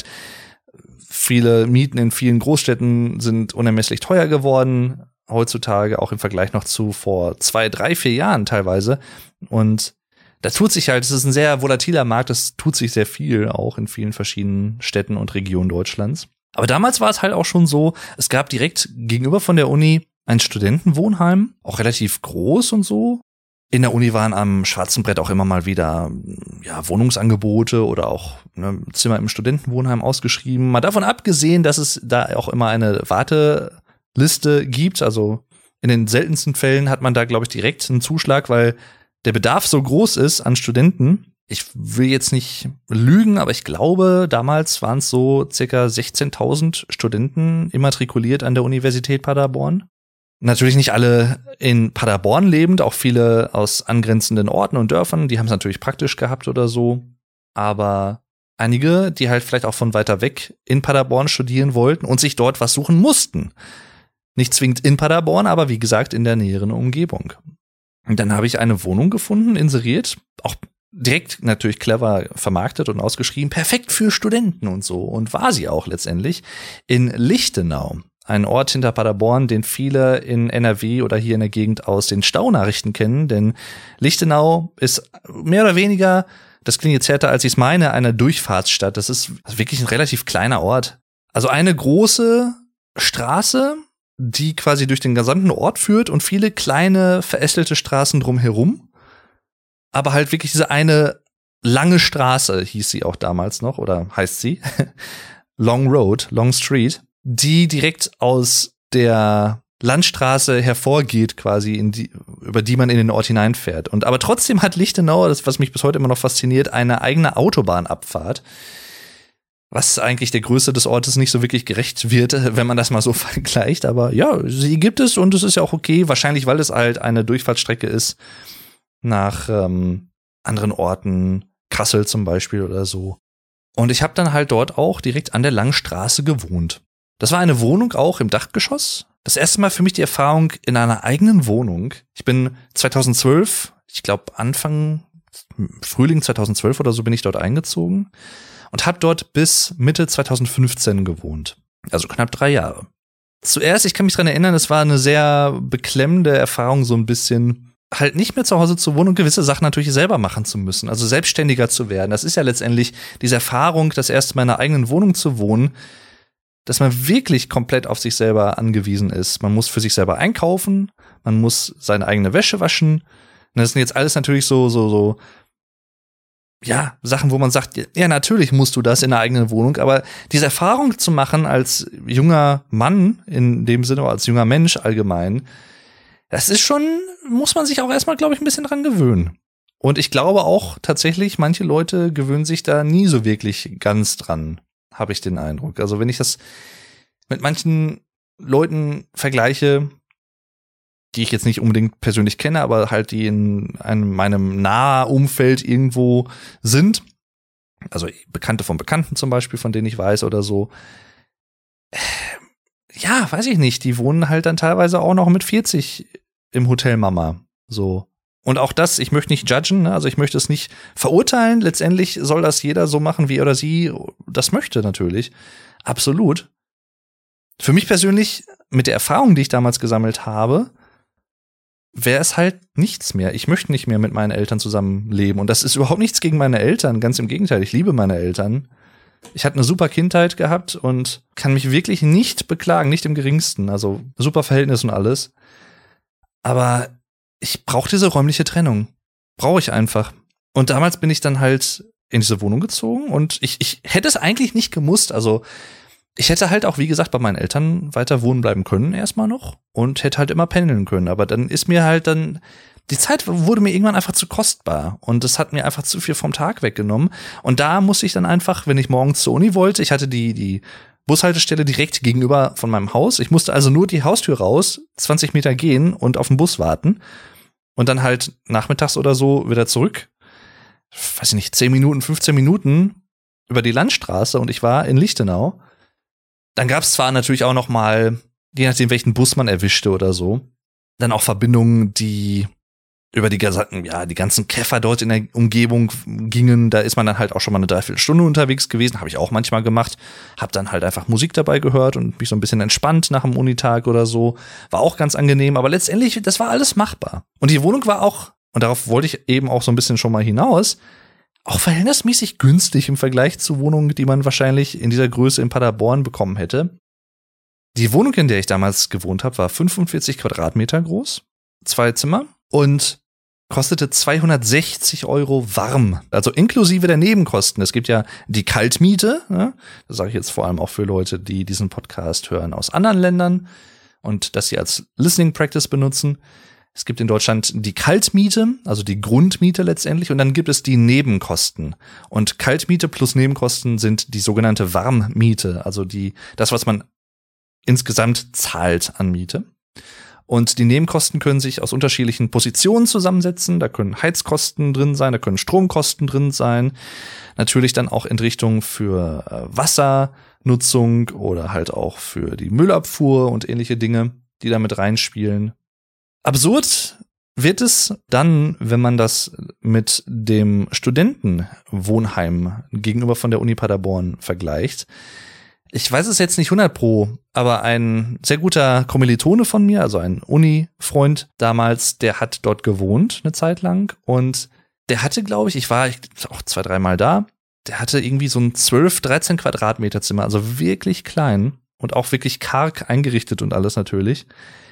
Viele Mieten in vielen Großstädten sind unermesslich teuer geworden. Heutzutage auch im Vergleich noch zu vor 2, 3, 4 Jahren teilweise. Und da tut sich halt, es ist ein sehr volatiler Markt, es tut sich sehr viel, auch in vielen verschiedenen Städten und Regionen Deutschlands. Aber damals war es halt auch schon so, es gab direkt gegenüber von der Uni ein Studentenwohnheim, auch relativ groß und so. In der Uni waren am schwarzen Brett auch immer mal wieder ja, Wohnungsangebote oder auch Zimmer im Studentenwohnheim ausgeschrieben. Mal davon abgesehen, dass es da auch immer eine Warteliste gibt. Also in den seltensten Fällen hat man da, glaube ich, direkt einen Zuschlag, weil der Bedarf so groß ist an Studenten. Ich will jetzt nicht lügen, aber ich glaube, damals waren es so circa 16.000 Studenten immatrikuliert an der Universität Paderborn. Natürlich nicht alle in Paderborn lebend, auch viele aus angrenzenden Orten und Dörfern, die haben es natürlich praktisch gehabt oder so. Aber einige, die halt vielleicht auch von weiter weg in Paderborn studieren wollten und sich dort was suchen mussten. Nicht zwingend in Paderborn, aber wie gesagt in der näheren Umgebung. Und dann habe ich eine Wohnung gefunden, inseriert, auch direkt natürlich clever vermarktet und ausgeschrieben, perfekt für Studenten und so. Und war sie auch letztendlich in Lichtenau. Ein Ort hinter Paderborn, den viele in NRW oder hier in der Gegend aus den Staunachrichten kennen. Denn Lichtenau ist mehr oder weniger, das klingt jetzt härter, als ich es meine, eine Durchfahrtsstadt. Das ist wirklich ein relativ kleiner Ort. Also eine große Straße, die quasi durch den gesamten Ort führt und viele kleine, verästelte Straßen drumherum. Aber halt wirklich diese eine lange Straße, hieß sie auch damals noch, oder heißt sie, Long Road, Long Street, die direkt aus der Landstraße hervorgeht, quasi, über die man in den Ort hineinfährt. Und aber trotzdem hat Lichtenau, das, was mich bis heute immer noch fasziniert, eine eigene Autobahnabfahrt, was eigentlich der Größe des Ortes nicht so wirklich gerecht wird, wenn man das mal so vergleicht. Aber ja, sie gibt es und es ist ja auch okay, wahrscheinlich, weil es halt eine Durchfahrtsstrecke ist nach anderen Orten, Kassel zum Beispiel oder so. Und ich habe dann halt dort auch direkt an der Langen Straße gewohnt. Das war eine Wohnung auch im Dachgeschoss. Das erste Mal für mich die Erfahrung in einer eigenen Wohnung. Ich bin 2012, ich glaube Frühling 2012 oder so bin ich dort eingezogen und habe dort bis Mitte 2015 gewohnt. Also knapp 3 Jahre. Zuerst, ich kann mich dran erinnern, es war eine sehr beklemmende Erfahrung, so ein bisschen halt nicht mehr zu Hause zu wohnen und gewisse Sachen natürlich selber machen zu müssen, also selbstständiger zu werden. Das ist ja letztendlich diese Erfahrung, das erste Mal in einer eigenen Wohnung zu wohnen, dass man wirklich komplett auf sich selber angewiesen ist. Man muss für sich selber einkaufen, man muss seine eigene Wäsche waschen. Und das sind jetzt alles natürlich so ja, Sachen, wo man sagt, ja, natürlich musst du das in der eigenen Wohnung, aber diese Erfahrung zu machen als junger Mann, in dem Sinne, als junger Mensch allgemein, das ist schon, muss man sich auch erstmal, glaube ich, ein bisschen dran gewöhnen. Und ich glaube auch tatsächlich, manche Leute gewöhnen sich da nie so wirklich ganz dran, habe ich den Eindruck. Also wenn ich das mit manchen Leuten vergleiche, die ich jetzt nicht unbedingt persönlich kenne, aber halt die in meinem nahen Umfeld irgendwo sind, also Bekannte von Bekannten zum Beispiel, von denen ich weiß oder so, ja, weiß ich nicht, die wohnen halt dann teilweise auch noch mit 40 im Hotel Mama, so. Und auch das, ich möchte nicht judgen, ne? Also ich möchte es nicht verurteilen, letztendlich soll das jeder so machen, wie er oder sie das möchte natürlich, absolut. Für mich persönlich, mit der Erfahrung, die ich damals gesammelt habe, wäre es halt nichts mehr. Ich möchte nicht mehr mit meinen Eltern zusammenleben. Und das ist überhaupt nichts gegen meine Eltern. Ganz im Gegenteil, ich liebe meine Eltern. Ich hatte eine super Kindheit gehabt und kann mich wirklich nicht beklagen, nicht im geringsten. Also super Verhältnis und alles. Aber ich brauche diese räumliche Trennung. Brauche ich einfach. Und damals bin ich dann halt in diese Wohnung gezogen und ich hätte es eigentlich nicht gemusst. Also ich hätte halt auch, wie gesagt, bei meinen Eltern weiter wohnen bleiben können erstmal noch und hätte halt immer pendeln können. Aber dann ist mir halt dann, die Zeit wurde mir irgendwann einfach zu kostbar und das hat mir einfach zu viel vom Tag weggenommen. Und da musste ich dann einfach, wenn ich morgens zur Uni wollte, ich hatte die Bushaltestelle direkt gegenüber von meinem Haus. Ich musste also nur die Haustür raus, 20 Meter gehen und auf den Bus warten und dann halt nachmittags oder so wieder zurück. Weiß ich nicht, 10 Minuten, 15 Minuten über die Landstraße und ich war in Lichtenau. Dann gab es zwar natürlich auch noch mal, je nachdem, welchen Bus man erwischte oder so, dann auch Verbindungen, die über die ganzen Käfer dort in der Umgebung gingen. Da ist man dann halt auch schon mal eine Dreiviertelstunde unterwegs gewesen. Habe ich auch manchmal gemacht. Hab dann halt einfach Musik dabei gehört und mich so ein bisschen entspannt nach dem Unitag oder so. War auch ganz angenehm. Aber letztendlich, das war alles machbar. Und die Wohnung war auch, und darauf wollte ich eben auch so ein bisschen schon mal hinaus, auch verhältnismäßig günstig im Vergleich zu Wohnungen, die man wahrscheinlich in dieser Größe in Paderborn bekommen hätte. Die Wohnung, in der ich damals gewohnt habe, war 45 Quadratmeter groß, 2 Zimmer und kostete 260 € warm, also inklusive der Nebenkosten. Es gibt ja die Kaltmiete, ne? Das sage ich jetzt vor allem auch für Leute, die diesen Podcast hören aus anderen Ländern und das sie als Listening Practice benutzen. Es gibt in Deutschland die Kaltmiete, also die Grundmiete letztendlich, und dann gibt es die Nebenkosten. Und Kaltmiete plus Nebenkosten sind die sogenannte Warmmiete, also das, was man insgesamt zahlt an Miete. Und die Nebenkosten können sich aus unterschiedlichen Positionen zusammensetzen. Da können Heizkosten drin sein, da können Stromkosten drin sein. Natürlich dann auch in Richtung für Wassernutzung oder halt auch für die Müllabfuhr und ähnliche Dinge, die da mit reinspielen. Absurd wird es dann, wenn man das mit dem Studentenwohnheim gegenüber von der Uni Paderborn vergleicht. Ich weiß es jetzt nicht 100%, aber ein sehr guter Kommilitone von mir, also ein Uni-Freund damals, der hat dort gewohnt eine Zeit lang und der hatte, glaube ich war auch 2-3 Mal da, der hatte irgendwie so ein 12-13 Quadratmeter Zimmer, also wirklich klein und auch wirklich karg eingerichtet und alles natürlich.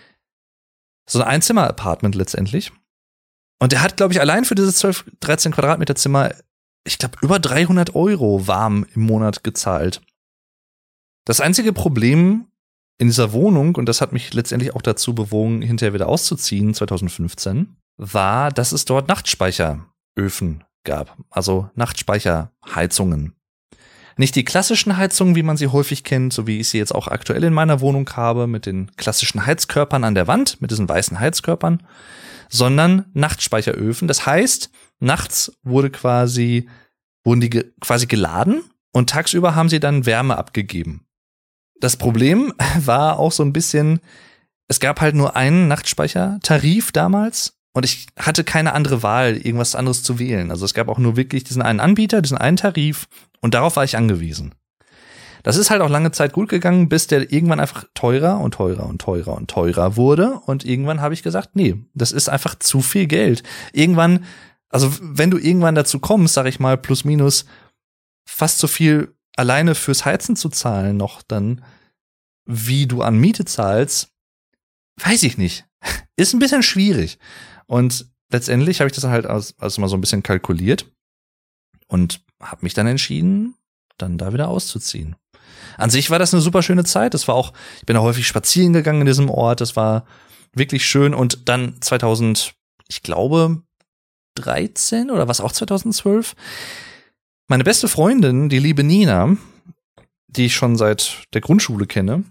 So ein Einzimmer-Apartment letztendlich. Und der hat, glaube ich, allein für dieses 12-13 Quadratmeter Zimmer, ich glaube, über 300 € warm im Monat gezahlt. Das einzige Problem in dieser Wohnung, und das hat mich letztendlich auch dazu bewogen, hinterher wieder auszuziehen, 2015, war, dass es dort Nachtspeicheröfen gab. Also Nachtspeicherheizungen. Nicht die klassischen Heizungen, wie man sie häufig kennt, so wie ich sie jetzt auch aktuell in meiner Wohnung habe, mit den klassischen Heizkörpern an der Wand, mit diesen weißen Heizkörpern, sondern Nachtspeicheröfen. Das heißt, nachts wurden die quasi geladen und tagsüber haben sie dann Wärme abgegeben. Das Problem war auch so ein bisschen, es gab halt nur einen Nachtspeichertarif damals und ich hatte keine andere Wahl, irgendwas anderes zu wählen. Also es gab auch nur wirklich diesen einen Anbieter, diesen einen Tarif und darauf war ich angewiesen. Das ist halt auch lange Zeit gut gegangen, bis der irgendwann einfach teurer und teurer und teurer und teurer wurde. Und irgendwann habe ich gesagt, nee, das ist einfach zu viel Geld. Irgendwann, also wenn du irgendwann dazu kommst, sag ich mal, plus minus fast so viel alleine fürs Heizen zu zahlen noch dann, wie du an Miete zahlst, weiß ich nicht. Ist ein bisschen schwierig. Und letztendlich habe ich das halt also mal so ein bisschen kalkuliert und habe mich dann entschieden, dann da wieder auszuziehen. An sich war das eine super schöne Zeit. Das war auch, ich bin da häufig spazieren gegangen in diesem Ort. Das war wirklich schön. Und dann 2000, ich glaube 13 oder was auch 2012, meine beste Freundin, die liebe Nina, die ich schon seit der Grundschule kenne,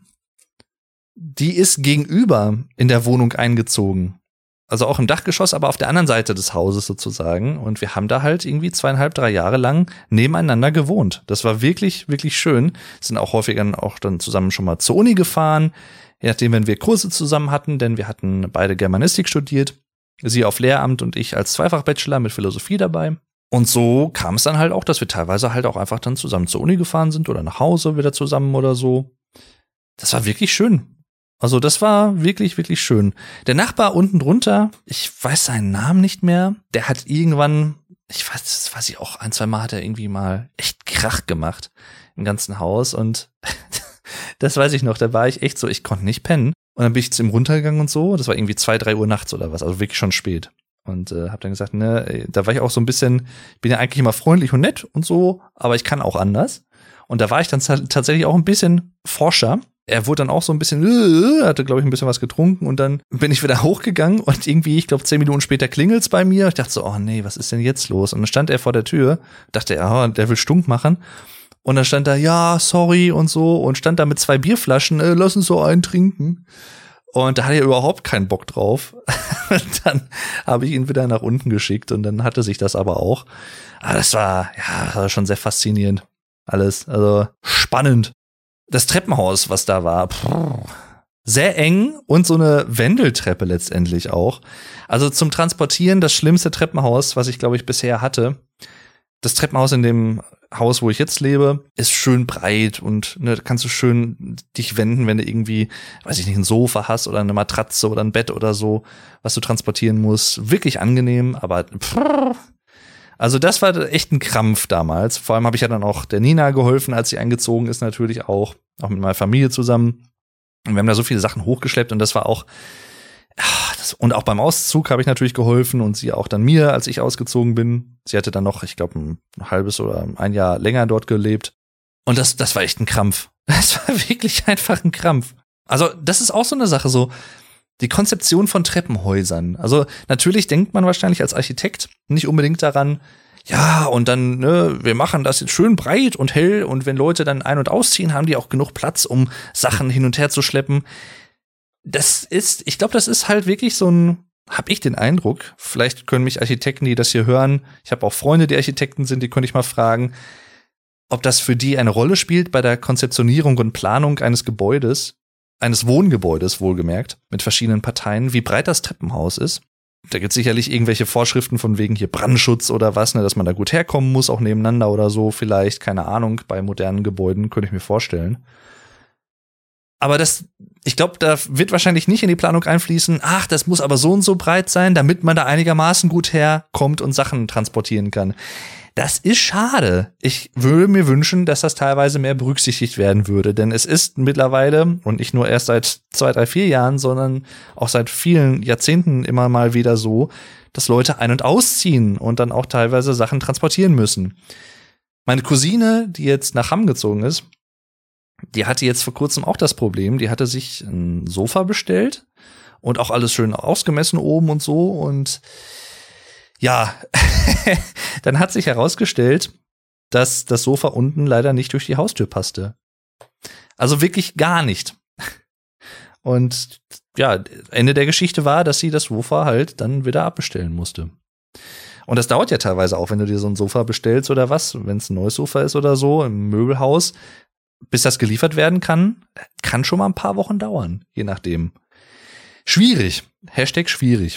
die ist gegenüber in der Wohnung eingezogen. Also auch im Dachgeschoss, aber auf der anderen Seite des Hauses sozusagen. Und wir haben da halt irgendwie 2,5, 3 Jahre lang nebeneinander gewohnt. Das war wirklich, wirklich schön. Sind auch häufig auch dann zusammen schon mal zur Uni gefahren. Je nachdem, wenn wir Kurse zusammen hatten, denn wir hatten beide Germanistik studiert. Sie auf Lehramt und ich als Zweifach-Bachelor mit Philosophie dabei. Und so kam es dann halt auch, dass wir teilweise halt auch einfach dann zusammen zur Uni gefahren sind oder nach Hause wieder zusammen oder so. Das war wirklich schön. Also das war wirklich, wirklich schön. Der Nachbar unten drunter, ich weiß seinen Namen nicht mehr, der hat irgendwann, das weiß ich auch, 1, 2 Mal hat er irgendwie mal echt Krach gemacht im ganzen Haus und das weiß ich noch, da war ich echt so, ich konnte nicht pennen. Und dann bin ich zu ihm runtergegangen und so, das war irgendwie 2, 3 Uhr nachts oder was, also wirklich schon spät. Und habe dann gesagt, ne, da war ich auch so ein bisschen, ich bin ja eigentlich immer freundlich und nett und so, aber ich kann auch anders. Und da war ich dann tatsächlich auch ein bisschen forscher. Er wurde dann auch so ein bisschen, hatte, glaube ich, ein bisschen was getrunken und dann bin ich wieder hochgegangen und irgendwie, ich glaube, 10 Minuten später klingelt's bei mir. Ich dachte so, oh nee, was ist denn jetzt los? Und dann stand er vor der Tür, dachte er, der will stunk machen. Und dann stand da, ja, sorry und so und stand da mit 2 Bierflaschen, lass uns so einen trinken. Und da hatte er überhaupt keinen Bock drauf. Dann habe ich ihn wieder nach unten geschickt und dann hatte sich das aber auch. Aber das war schon sehr faszinierend. Alles, also spannend. Das Treppenhaus, was da war, sehr eng und so eine Wendeltreppe letztendlich auch. Also zum Transportieren das schlimmste Treppenhaus, was ich, glaube ich, bisher hatte. Das Treppenhaus in dem Haus, wo ich jetzt lebe, ist schön breit und da kannst du schön dich wenden, wenn du irgendwie, weiß ich nicht, ein Sofa hast oder eine Matratze oder ein Bett oder so, was du transportieren musst. Wirklich angenehm, aber also das war echt ein Krampf damals. Vor allem habe ich ja dann auch der Nina geholfen, als sie eingezogen ist, natürlich auch mit meiner Familie zusammen. Und wir haben da so viele Sachen hochgeschleppt und das war auch, und auch beim Auszug habe ich natürlich geholfen und sie auch dann mir, als ich ausgezogen bin. Sie hatte dann noch, ich glaube, ein halbes oder ein Jahr länger dort gelebt. Und das war echt ein Krampf. Das war wirklich einfach ein Krampf. Also das ist auch so eine Sache, so die Konzeption von Treppenhäusern. Also natürlich denkt man wahrscheinlich als Architekt nicht unbedingt daran, ja, und dann, wir machen das jetzt schön breit und hell und wenn Leute dann ein- und ausziehen, haben die auch genug Platz, um Sachen hin und her zu schleppen. Ich glaube, das ist halt wirklich so ein, hab ich den Eindruck, vielleicht können mich Architekten, die das hier hören, ich habe auch Freunde, die Architekten sind, die könnte ich mal fragen, ob das für die eine Rolle spielt bei der Konzeptionierung und Planung eines Gebäudes, eines Wohngebäudes wohlgemerkt, mit verschiedenen Parteien, wie breit das Treppenhaus ist. Da gibt es sicherlich irgendwelche Vorschriften von wegen hier Brandschutz oder was, dass man da gut herkommen muss, auch nebeneinander oder so, vielleicht, keine Ahnung, bei modernen Gebäuden, könnte ich mir vorstellen. Aber ich glaube, da wird wahrscheinlich nicht in die Planung einfließen, das muss aber so und so breit sein, damit man da einigermaßen gut herkommt und Sachen transportieren kann. Das ist schade. Ich würde mir wünschen, dass das teilweise mehr berücksichtigt werden würde, denn es ist mittlerweile und nicht nur erst seit 2, 3, 4 Jahren, sondern auch seit vielen Jahrzehnten immer mal wieder so, dass Leute ein- und ausziehen und dann auch teilweise Sachen transportieren müssen. Meine Cousine, die jetzt nach Hamm gezogen ist, die hatte jetzt vor kurzem auch das Problem, die hatte sich ein Sofa bestellt und auch alles schön ausgemessen oben und so und ja, dann hat sich herausgestellt, dass das Sofa unten leider nicht durch die Haustür passte. Also wirklich gar nicht. Und ja, Ende der Geschichte war, dass sie das Sofa halt dann wieder abbestellen musste. Und das dauert ja teilweise auch, wenn du dir so ein Sofa bestellst oder was, wenn es ein neues Sofa ist oder so, im Möbelhaus, bis das geliefert werden kann schon mal ein paar Wochen dauern, je nachdem. Schwierig. #schwierig.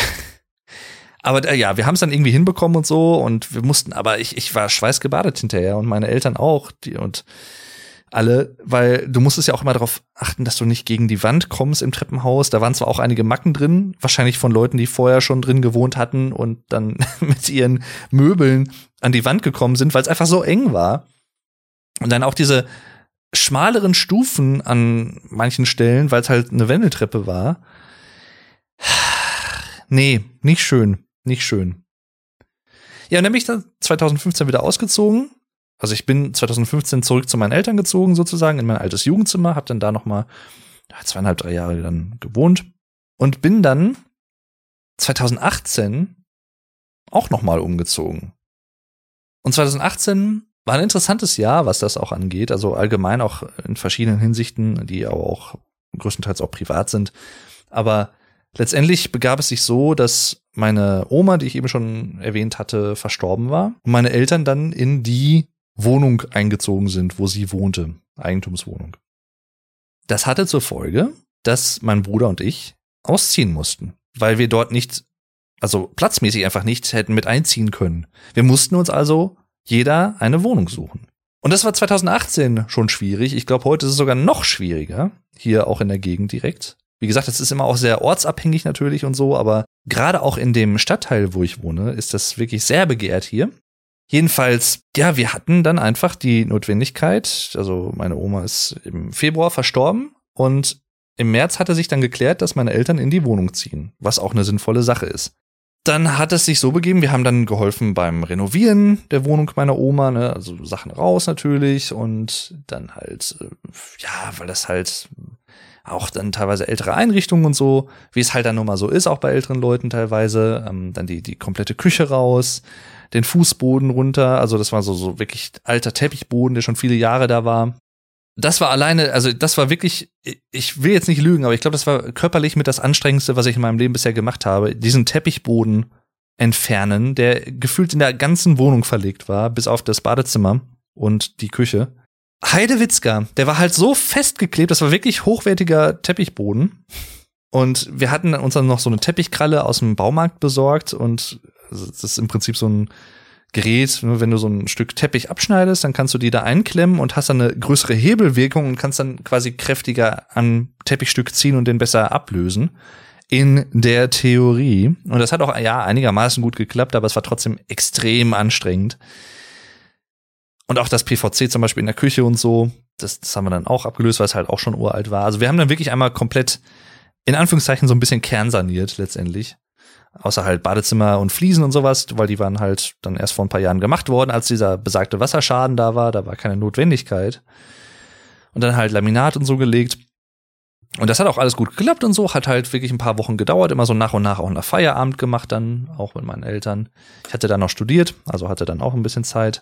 Aber ja, wir haben es dann irgendwie hinbekommen und so und wir mussten, aber ich war schweißgebadet hinterher und meine Eltern auch. alle, weil du musstest ja auch immer darauf achten, dass du nicht gegen die Wand kommst im Treppenhaus. Da waren zwar auch einige Macken drin, wahrscheinlich von Leuten, die vorher schon drin gewohnt hatten und dann mit ihren Möbeln an die Wand gekommen sind, weil es einfach so eng war. Und dann auch diese schmaleren Stufen an manchen Stellen, weil es halt eine Wendeltreppe war. Nee, nicht schön, nicht schön. Ja, und dann bin ich dann 2015 wieder ausgezogen. Also ich bin 2015 zurück zu meinen Eltern gezogen, sozusagen, in mein altes Jugendzimmer, hab dann da noch mal 2,5, 3 Jahre dann gewohnt und bin dann 2018 auch noch mal umgezogen. Und 2018 war ein interessantes Jahr, was das auch angeht, also allgemein auch in verschiedenen Hinsichten, die aber auch größtenteils auch privat sind. Aber letztendlich begab es sich so, dass meine Oma, die ich eben schon erwähnt hatte, verstorben war und meine Eltern dann in die Wohnung eingezogen sind, wo sie wohnte, Eigentumswohnung. Das hatte zur Folge, dass mein Bruder und ich ausziehen mussten, weil wir dort nicht, also platzmäßig einfach nicht hätten mit einziehen können. Wir mussten uns also jeder eine Wohnung suchen. Und das war 2018 schon schwierig. Ich glaube, heute ist es sogar noch schwieriger, hier auch in der Gegend direkt. Wie gesagt, das ist immer auch sehr ortsabhängig natürlich und so, aber gerade auch in dem Stadtteil, wo ich wohne, ist das wirklich sehr begehrt hier. Jedenfalls, ja, wir hatten dann einfach die Notwendigkeit, also meine Oma ist im Februar verstorben und im März hatte sich dann geklärt, dass meine Eltern in die Wohnung ziehen, was auch eine sinnvolle Sache ist. Dann hat es sich so begeben, wir haben dann geholfen beim Renovieren der Wohnung meiner Oma, ne, also Sachen raus natürlich und dann halt, ja, weil das halt auch dann teilweise ältere Einrichtungen und so, wie es halt dann nun mal so ist, auch bei älteren Leuten teilweise, dann die komplette Küche raus, den Fußboden runter, also das war so wirklich alter Teppichboden, der schon viele Jahre da war. Das war alleine, also das war wirklich, ich will jetzt nicht lügen, aber ich glaube, das war körperlich mit das Anstrengendste, was ich in meinem Leben bisher gemacht habe, diesen Teppichboden entfernen, der gefühlt in der ganzen Wohnung verlegt war, bis auf das Badezimmer und die Küche. Heidewitzka, der war halt so festgeklebt, das war wirklich hochwertiger Teppichboden. Und wir hatten uns dann noch so eine Teppichkralle aus dem Baumarkt besorgt und das ist im Prinzip so ein Gerät, wenn du so ein Stück Teppich abschneidest, dann kannst du die da einklemmen und hast dann eine größere Hebelwirkung und kannst dann quasi kräftiger am Teppichstück ziehen und den besser ablösen. In der Theorie. Und das hat auch, ja, einigermaßen gut geklappt, aber es war trotzdem extrem anstrengend. Und auch das PVC zum Beispiel in der Küche und so, das haben wir dann auch abgelöst, weil es halt auch schon uralt war. Also wir haben dann wirklich einmal komplett, in Anführungszeichen, so ein bisschen kernsaniert letztendlich. Außer halt Badezimmer und Fliesen und sowas, weil die waren halt dann erst vor ein paar Jahren gemacht worden, als dieser besagte Wasserschaden da war keine Notwendigkeit. Und dann halt Laminat und so gelegt. Und das hat auch alles gut geklappt und so, hat halt wirklich ein paar Wochen gedauert, immer so nach und nach auch nach Feierabend gemacht dann, auch mit meinen Eltern. Ich hatte dann noch studiert, also hatte dann auch ein bisschen Zeit.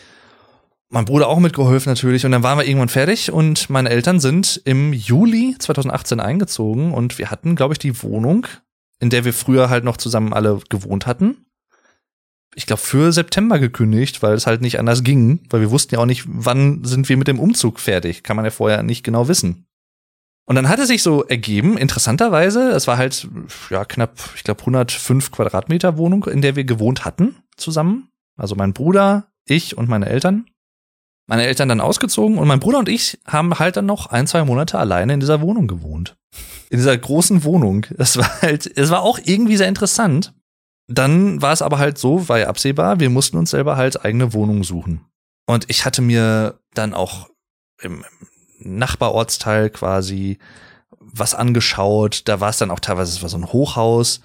Mein Bruder auch mitgeholfen natürlich und dann waren wir irgendwann fertig und meine Eltern sind im Juli 2018 eingezogen und wir hatten, glaube ich, die Wohnung, in der wir früher halt noch zusammen alle gewohnt hatten. Ich glaube, für September gekündigt, weil es halt nicht anders ging, weil wir wussten ja auch nicht, wann sind wir mit dem Umzug fertig. Kann man ja vorher nicht genau wissen. Und dann hat es sich so ergeben, interessanterweise, es war halt ja knapp, ich glaube 105 Quadratmeter Wohnung, in der wir gewohnt hatten zusammen. Also mein Bruder, ich und meine Eltern. Meine Eltern dann ausgezogen und mein Bruder und ich haben halt dann noch 1-2 Monate alleine in dieser Wohnung gewohnt. In dieser großen Wohnung. Es war auch irgendwie sehr interessant. Dann war es aber halt so, war ja absehbar, wir mussten uns selber halt eigene Wohnungen suchen. Und ich hatte mir dann auch im Nachbarortsteil quasi was angeschaut. Da war es dann auch teilweise, es war so ein Hochhaus,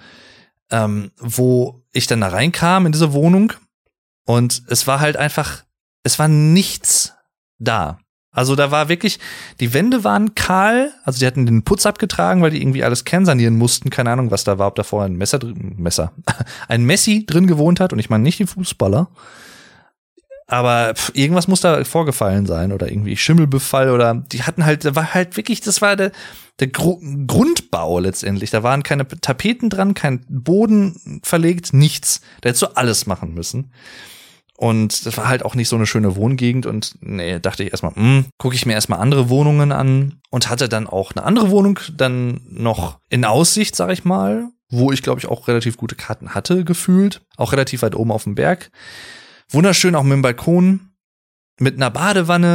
wo ich dann da reinkam in diese Wohnung. Und es war halt einfach, es war nichts da. Also da war wirklich, die Wände waren kahl, also die hatten den Putz abgetragen, weil die irgendwie alles kernsanieren mussten. Keine Ahnung, was da war, ob da vorher ein Messi drin gewohnt hat und ich meine nicht die Fußballer. Aber irgendwas muss da vorgefallen sein oder irgendwie Schimmelbefall oder die hatten halt, da war halt wirklich, das war der Grundbau letztendlich. Da waren keine Tapeten dran, kein Boden verlegt, nichts. Da hättest du alles machen müssen. Und das war halt auch nicht so eine schöne Wohngegend und nee, dachte ich erstmal, gucke ich mir erstmal andere Wohnungen an und hatte dann auch eine andere Wohnung dann noch in Aussicht, sag ich mal, wo ich glaube ich auch relativ gute Karten hatte, gefühlt. Auch relativ weit oben auf dem Berg. Wunderschön auch mit dem Balkon, mit einer Badewanne,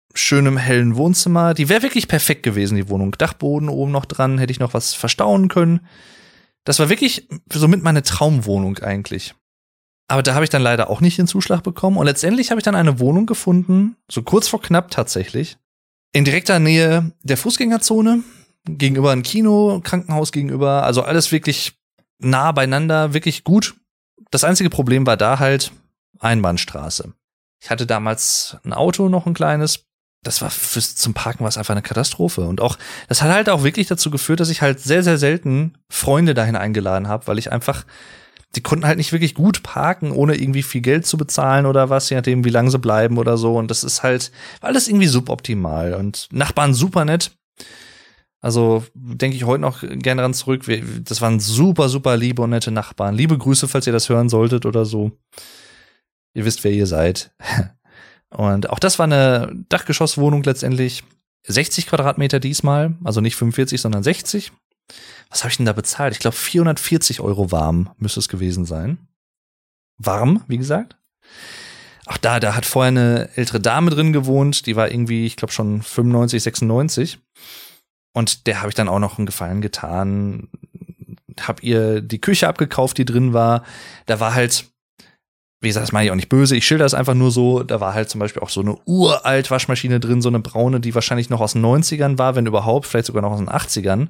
schönem hellen Wohnzimmer. Die wäre wirklich perfekt gewesen, die Wohnung. Dachboden oben noch dran, hätte ich noch was verstauen können. Das war wirklich somit meine Traumwohnung eigentlich. Aber da habe ich dann leider auch nicht den Zuschlag bekommen. Und letztendlich habe ich dann eine Wohnung gefunden, so kurz vor knapp tatsächlich, in direkter Nähe der Fußgängerzone, gegenüber ein Kino, Krankenhaus gegenüber, also alles wirklich nah beieinander, wirklich gut. Das einzige Problem war da halt Einbahnstraße. Ich hatte damals ein Auto, noch ein kleines. Das war zum Parken war es einfach eine Katastrophe. Und auch, das hat halt auch wirklich dazu geführt, dass ich halt sehr, sehr selten Freunde dahin eingeladen habe, weil ich einfach, die konnten halt nicht wirklich gut parken, ohne irgendwie viel Geld zu bezahlen oder was, je nachdem, wie lange sie bleiben oder so. Und das ist halt alles irgendwie suboptimal. Und Nachbarn super nett. Also denke ich heute noch gerne dran zurück. Das waren super, super liebe und nette Nachbarn. Liebe Grüße, falls ihr das hören solltet oder so. Ihr wisst, wer ihr seid. Und auch das war eine Dachgeschosswohnung letztendlich. 60 Quadratmeter diesmal, also nicht 45, sondern 60. Was habe ich denn da bezahlt? Ich glaube 440 € warm müsste es gewesen sein. Warm, wie gesagt. Auch da hat vorher eine ältere Dame drin gewohnt. Die war irgendwie, ich glaube schon 95, 96. Und der habe ich dann auch noch einen Gefallen getan. Hab ihr die Küche abgekauft, die drin war. Da war halt, wie gesagt, das meine ich auch nicht böse, ich schilder es einfach nur so, da war halt zum Beispiel auch so eine uralt Waschmaschine drin, so eine braune, die wahrscheinlich noch aus den 90ern war, wenn überhaupt, vielleicht sogar noch aus den 80ern.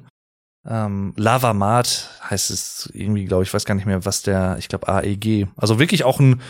Lavamat heißt es irgendwie, glaube ich, weiß gar nicht mehr, ich glaube AEG. Also wirklich auch ein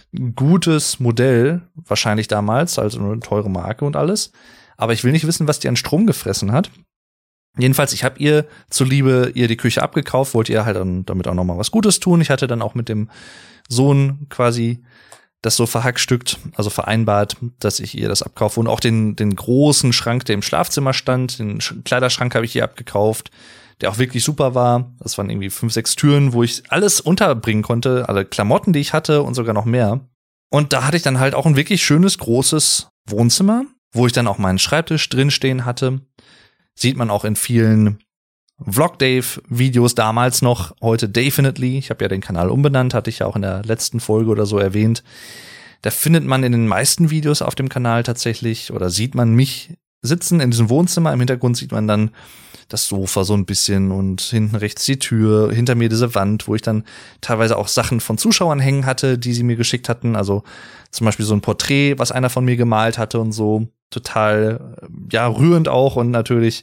gutes Modell, wahrscheinlich damals, also eine teure Marke und alles. Aber ich will nicht wissen, was die an Strom gefressen hat. Jedenfalls, ich habe ihr zuliebe ihr die Küche abgekauft, wollte ihr halt damit auch noch mal was Gutes tun. Ich hatte dann auch mit dem Sohn quasi das so verhackstückt, also vereinbart, dass ich ihr das abkaufe. Und auch den großen Schrank, der im Schlafzimmer stand, den Kleiderschrank habe ich ihr abgekauft, der auch wirklich super war. Das waren irgendwie 5, 6 Türen, wo ich alles unterbringen konnte, alle Klamotten, die ich hatte und sogar noch mehr. Und da hatte ich dann halt auch ein wirklich schönes, großes Wohnzimmer, wo ich dann auch meinen Schreibtisch drinstehen hatte. Sieht man auch in vielen Vlog-Dave-Videos damals noch, heute Definitely. Ich habe ja den Kanal umbenannt, hatte ich ja auch in der letzten Folge oder so erwähnt. Da findet man in den meisten Videos auf dem Kanal tatsächlich, oder sieht man mich sitzen in diesem Wohnzimmer. Im Hintergrund sieht man dann das Sofa so ein bisschen und hinten rechts die Tür, hinter mir diese Wand, wo ich dann teilweise auch Sachen von Zuschauern hängen hatte, die sie mir geschickt hatten. Also zum Beispiel so ein Porträt, was einer von mir gemalt hatte und so. Total, ja, rührend auch. Und natürlich,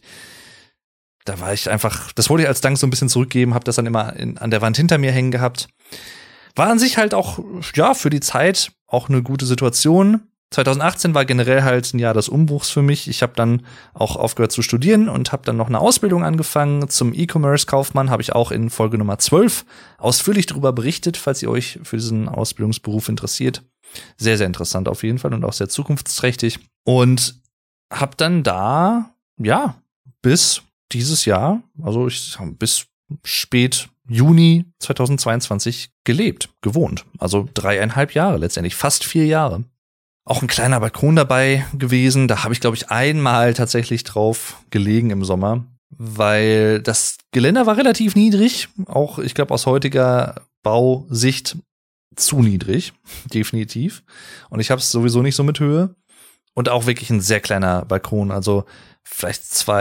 da war ich einfach, das wollte ich als Dank so ein bisschen zurückgeben, habe das dann immer an der Wand hinter mir hängen gehabt. War an sich halt auch, ja, für die Zeit auch eine gute Situation. 2018 war generell halt ein Jahr des Umbruchs für mich. Ich habe dann auch aufgehört zu studieren und habe dann noch eine Ausbildung angefangen zum E-Commerce-Kaufmann. Habe ich auch in Folge Nummer 12 ausführlich darüber berichtet, falls ihr euch für diesen Ausbildungsberuf interessiert. Sehr, sehr interessant auf jeden Fall und auch sehr zukunftsträchtig. Und habe dann da, ja, bis dieses Jahr, also bis spät Juni 2022 gewohnt. Also 3,5 Jahre letztendlich, fast 4 Jahre. Auch ein kleiner Balkon dabei gewesen. Da habe ich, glaube ich, einmal tatsächlich drauf gelegen im Sommer, weil das Geländer war relativ niedrig. Auch, ich glaube, aus heutiger Bausicht zu niedrig, definitiv. Und ich habe es sowieso nicht so mit Höhe. Und auch wirklich ein sehr kleiner Balkon, also vielleicht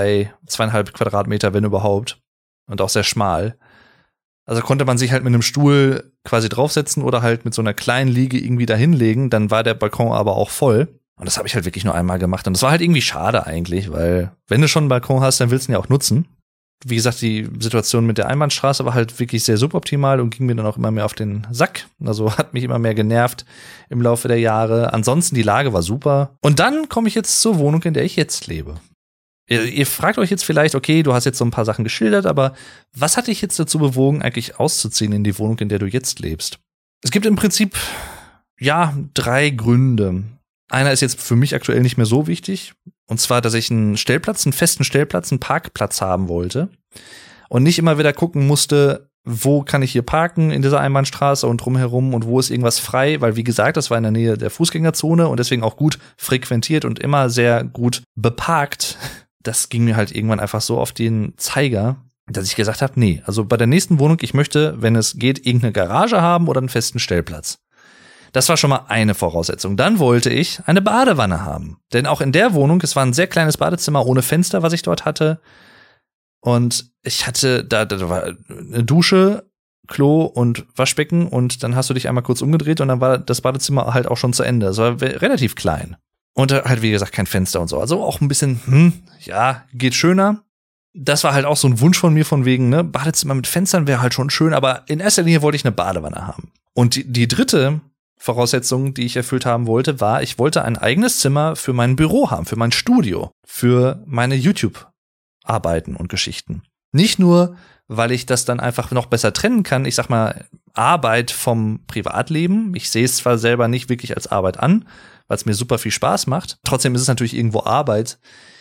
2,5 Quadratmeter, wenn überhaupt. Und auch sehr schmal. Also konnte man sich halt mit einem Stuhl quasi draufsetzen oder halt mit so einer kleinen Liege irgendwie da hinlegen. Dann war der Balkon aber auch voll. Und das habe ich halt wirklich nur einmal gemacht. Und das war halt irgendwie schade eigentlich, weil wenn du schon einen Balkon hast, dann willst du ihn ja auch nutzen. Wie gesagt, die Situation mit der Einbahnstraße war halt wirklich sehr suboptimal und ging mir dann auch immer mehr auf den Sack. Also hat mich immer mehr genervt im Laufe der Jahre. Ansonsten, die Lage war super. Und dann komme ich jetzt zur Wohnung, in der ich jetzt lebe. Ihr fragt euch jetzt vielleicht, okay, du hast jetzt so ein paar Sachen geschildert, aber was hat dich jetzt dazu bewogen, eigentlich auszuziehen in die Wohnung, in der du jetzt lebst? Es gibt im Prinzip, ja, 3 Gründe. Einer ist jetzt für mich aktuell nicht mehr so wichtig. Und zwar, dass ich einen festen Stellplatz, einen Parkplatz haben wollte. Und nicht immer wieder gucken musste, wo kann ich hier parken in dieser Einbahnstraße und drumherum und wo ist irgendwas frei. Weil, wie gesagt, das war in der Nähe der Fußgängerzone und deswegen auch gut frequentiert und immer sehr gut beparkt. Das ging mir halt irgendwann einfach so auf den Zeiger, dass ich gesagt habe, nee, also bei der nächsten Wohnung, ich möchte, wenn es geht, irgendeine Garage haben oder einen festen Stellplatz. Das war schon mal eine Voraussetzung. Dann wollte ich eine Badewanne haben. Denn auch in der Wohnung, es war ein sehr kleines Badezimmer ohne Fenster, was ich dort hatte. Und ich hatte, da war eine Dusche, Klo und Waschbecken und dann hast du dich einmal kurz umgedreht und dann war das Badezimmer halt auch schon zu Ende. Es war relativ klein. Und halt, wie gesagt, kein Fenster und so. Also auch ein bisschen, geht schöner. Das war halt auch so ein Wunsch von mir von wegen, ne, Badezimmer mit Fenstern wäre halt schon schön, aber in erster Linie wollte ich eine Badewanne haben. Und die dritte Voraussetzung, die ich erfüllt haben wollte, war, ich wollte ein eigenes Zimmer für mein Büro haben, für mein Studio, für meine YouTube-Arbeiten und Geschichten. Nicht nur, weil ich das dann einfach noch besser trennen kann, ich sag mal, Arbeit vom Privatleben. Ich sehe es zwar selber nicht wirklich als Arbeit an, weil es mir super viel Spaß macht. Trotzdem ist es natürlich irgendwo Arbeit.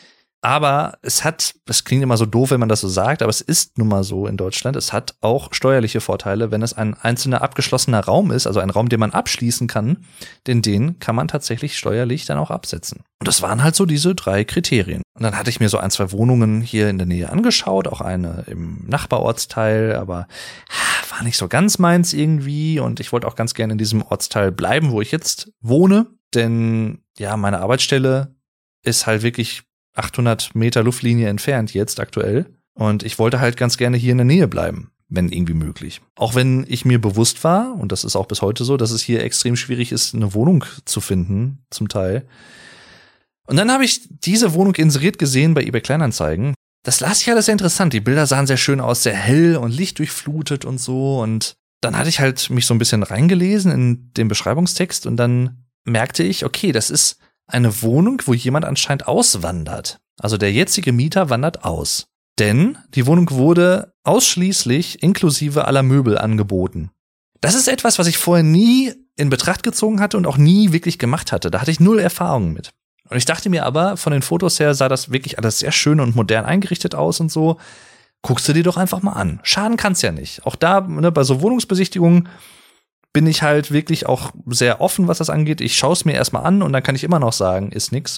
Aber es klingt immer so doof, wenn man das so sagt, aber es ist nun mal so in Deutschland, es hat auch steuerliche Vorteile, wenn es ein einzelner abgeschlossener Raum ist, also ein Raum, den man abschließen kann, denn den kann man tatsächlich steuerlich dann auch absetzen. Und das waren halt so diese 3 Kriterien. Und dann hatte ich mir so 1, 2 Wohnungen hier in der Nähe angeschaut, auch eine im Nachbarortsteil, aber war nicht so ganz meins irgendwie und ich wollte auch ganz gerne in diesem Ortsteil bleiben, wo ich jetzt wohne, denn ja, meine Arbeitsstelle ist halt wirklich 800 Meter Luftlinie entfernt jetzt aktuell. Und ich wollte halt ganz gerne hier in der Nähe bleiben, wenn irgendwie möglich. Auch wenn ich mir bewusst war, und das ist auch bis heute so, dass es hier extrem schwierig ist, eine Wohnung zu finden, zum Teil. Und dann habe ich diese Wohnung inseriert gesehen bei eBay Kleinanzeigen. Das las ich alles sehr interessant. Die Bilder sahen sehr schön aus, sehr hell und lichtdurchflutet und so. Und dann hatte ich halt mich so ein bisschen reingelesen in den Beschreibungstext und dann merkte ich, okay, das ist eine Wohnung, wo jemand anscheinend auswandert. Also der jetzige Mieter wandert aus. Denn die Wohnung wurde ausschließlich inklusive aller Möbel angeboten. Das ist etwas, was ich vorher nie in Betracht gezogen hatte und auch nie wirklich gemacht hatte. Da hatte ich 0 Erfahrung mit. Und ich dachte mir aber, von den Fotos her sah das wirklich alles sehr schön und modern eingerichtet aus und so. Guckst du dir doch einfach mal an. Schaden kann's ja nicht. Auch da, ne, bei so Wohnungsbesichtigungen bin ich halt wirklich auch sehr offen, was das angeht. Ich schaue es mir erstmal an und dann kann ich immer noch sagen, ist nix.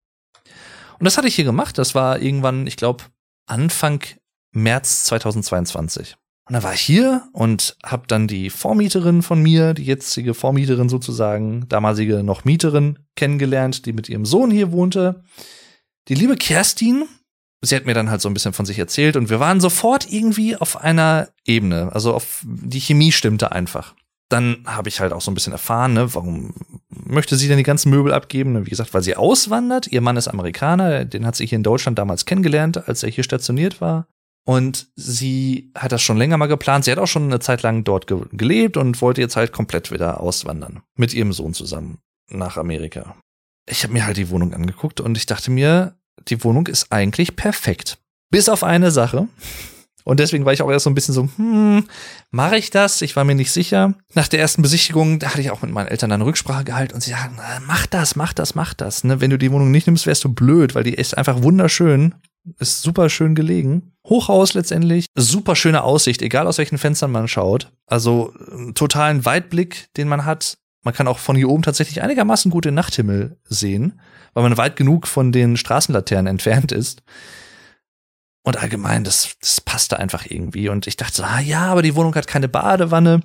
Und das hatte ich hier gemacht. Das war irgendwann, ich glaube, Anfang März 2022. Und dann war ich hier und habe dann die Vormieterin von mir, die jetzige Vormieterin sozusagen, damalige noch Mieterin, kennengelernt, die mit ihrem Sohn hier wohnte. Die liebe Kerstin, sie hat mir dann halt so ein bisschen von sich erzählt und wir waren sofort irgendwie auf einer Ebene. Also die Chemie stimmte einfach. Dann habe ich halt auch so ein bisschen erfahren, ne, warum möchte sie denn die ganzen Möbel abgeben? Wie gesagt, weil sie auswandert. Ihr Mann ist Amerikaner, den hat sie hier in Deutschland damals kennengelernt, als er hier stationiert war. Und sie hat das schon länger mal geplant. Sie hat auch schon eine Zeit lang dort gelebt und wollte jetzt halt komplett wieder auswandern. Mit ihrem Sohn zusammen nach Amerika. Ich habe mir halt die Wohnung angeguckt und ich dachte mir, die Wohnung ist eigentlich perfekt. Bis auf eine Sache. Und deswegen war ich auch erst so ein bisschen so, mache ich das? Ich war mir nicht sicher. Nach der ersten Besichtigung, da hatte ich auch mit meinen Eltern eine Rücksprache gehalten und sie sagten, mach das. Ne? Wenn du die Wohnung nicht nimmst, wärst du blöd, weil die ist einfach wunderschön. Ist super schön gelegen. Hochhaus letztendlich. Super schöne Aussicht, egal aus welchen Fenstern man schaut. Also totalen Weitblick, den man hat. Man kann auch von hier oben tatsächlich einigermaßen gut den Nachthimmel sehen, weil man weit genug von den Straßenlaternen entfernt ist. Und allgemein, das passte einfach irgendwie. Und ich dachte so, ja, aber die Wohnung hat keine Badewanne.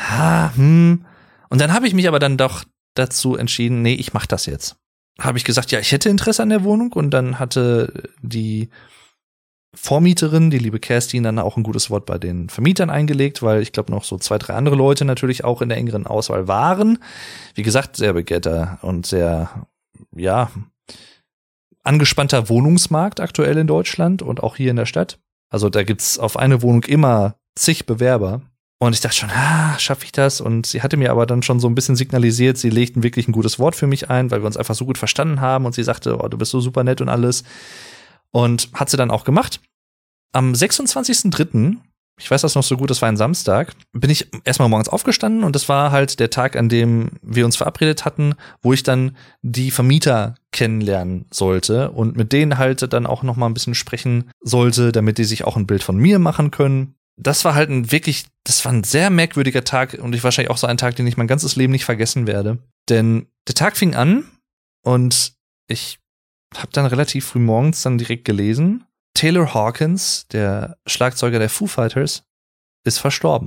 Und dann habe ich mich aber dann doch dazu entschieden, nee, ich mach das jetzt. Habe ich gesagt, ja, ich hätte Interesse an der Wohnung. Und dann hatte die Vormieterin, die liebe Kerstin, dann auch ein gutes Wort bei den Vermietern eingelegt, weil ich glaube noch so 2, 3 andere Leute natürlich auch in der engeren Auswahl waren. Wie gesagt, sehr begehrter und sehr, ja, angespannter Wohnungsmarkt aktuell in Deutschland und auch hier in der Stadt. Also da gibt's auf eine Wohnung immer zig Bewerber. Und ich dachte schon, schaffe ich das? Und sie hatte mir aber dann schon so ein bisschen signalisiert, sie legten wirklich ein gutes Wort für mich ein, weil wir uns einfach so gut verstanden haben. Und sie sagte, oh, du bist so super nett und alles. Und hat sie dann auch gemacht. Am 26.03., ich weiß das noch so gut, das war ein Samstag, bin ich erstmal morgens aufgestanden und das war halt der Tag, an dem wir uns verabredet hatten, wo ich dann die Vermieter kennenlernen sollte und mit denen halt dann auch noch mal ein bisschen sprechen sollte, damit die sich auch ein Bild von mir machen können. Das war halt das war ein sehr merkwürdiger Tag und wahrscheinlich auch so ein Tag, den ich mein ganzes Leben nicht vergessen werde. Denn der Tag fing an und ich habe dann relativ früh morgens dann direkt gelesen, Taylor Hawkins, der Schlagzeuger der Foo Fighters, ist verstorben.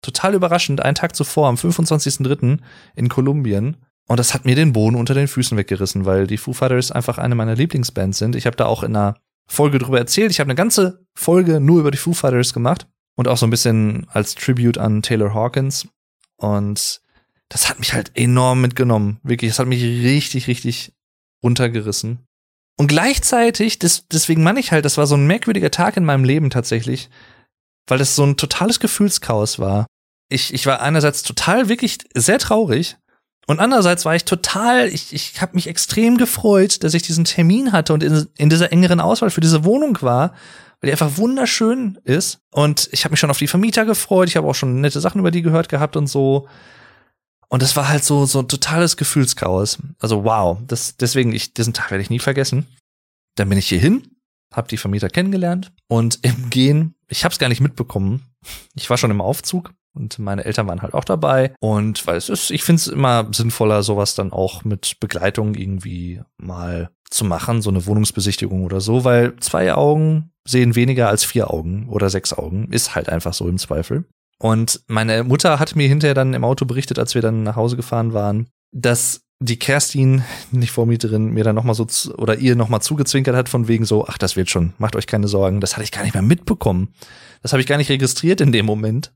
total überraschend, einen Tag zuvor, am 25.03. in Kolumbien. Und das hat mir den Boden unter den Füßen weggerissen, weil die Foo Fighters einfach eine meiner Lieblingsbands sind. Ich habe da auch in einer Folge drüber erzählt. Ich habe eine ganze Folge nur über die Foo Fighters gemacht und auch so ein bisschen als Tribute an Taylor Hawkins. Und das hat mich halt enorm mitgenommen. Wirklich, das hat mich richtig, richtig runtergerissen. Und gleichzeitig, deswegen meine ich halt, das war so ein merkwürdiger Tag in meinem Leben tatsächlich, weil das so ein totales Gefühlschaos war. Ich war einerseits total wirklich sehr traurig und andererseits war ich total, ich habe mich extrem gefreut, dass ich diesen Termin hatte und in dieser engeren Auswahl für diese Wohnung war, weil die einfach wunderschön ist. Und ich habe mich schon auf die Vermieter gefreut, ich habe auch schon nette Sachen über die gehört gehabt und so. Und das war halt so ein totales Gefühlschaos. Also wow, deswegen, diesen Tag werde ich nie vergessen. Dann bin ich hier hin, habe die Vermieter kennengelernt und im Gehen, ich habe es gar nicht mitbekommen. Ich war schon im Aufzug und meine Eltern waren halt auch dabei. Und weil ich finde es immer sinnvoller, sowas dann auch mit Begleitung irgendwie mal zu machen, so eine Wohnungsbesichtigung oder so, weil 2 Augen sehen weniger als 4 Augen oder 6 Augen. Ist halt einfach so im Zweifel. Und meine Mutter hat mir hinterher dann im Auto berichtet, als wir dann nach Hause gefahren waren, dass die Kerstin, die Vormieterin, mir dann nochmal oder ihr nochmal zugezwinkert hat von wegen so, ach, das wird schon, macht euch keine Sorgen. Das hatte ich gar nicht mehr mitbekommen. Das habe ich gar nicht registriert in dem Moment.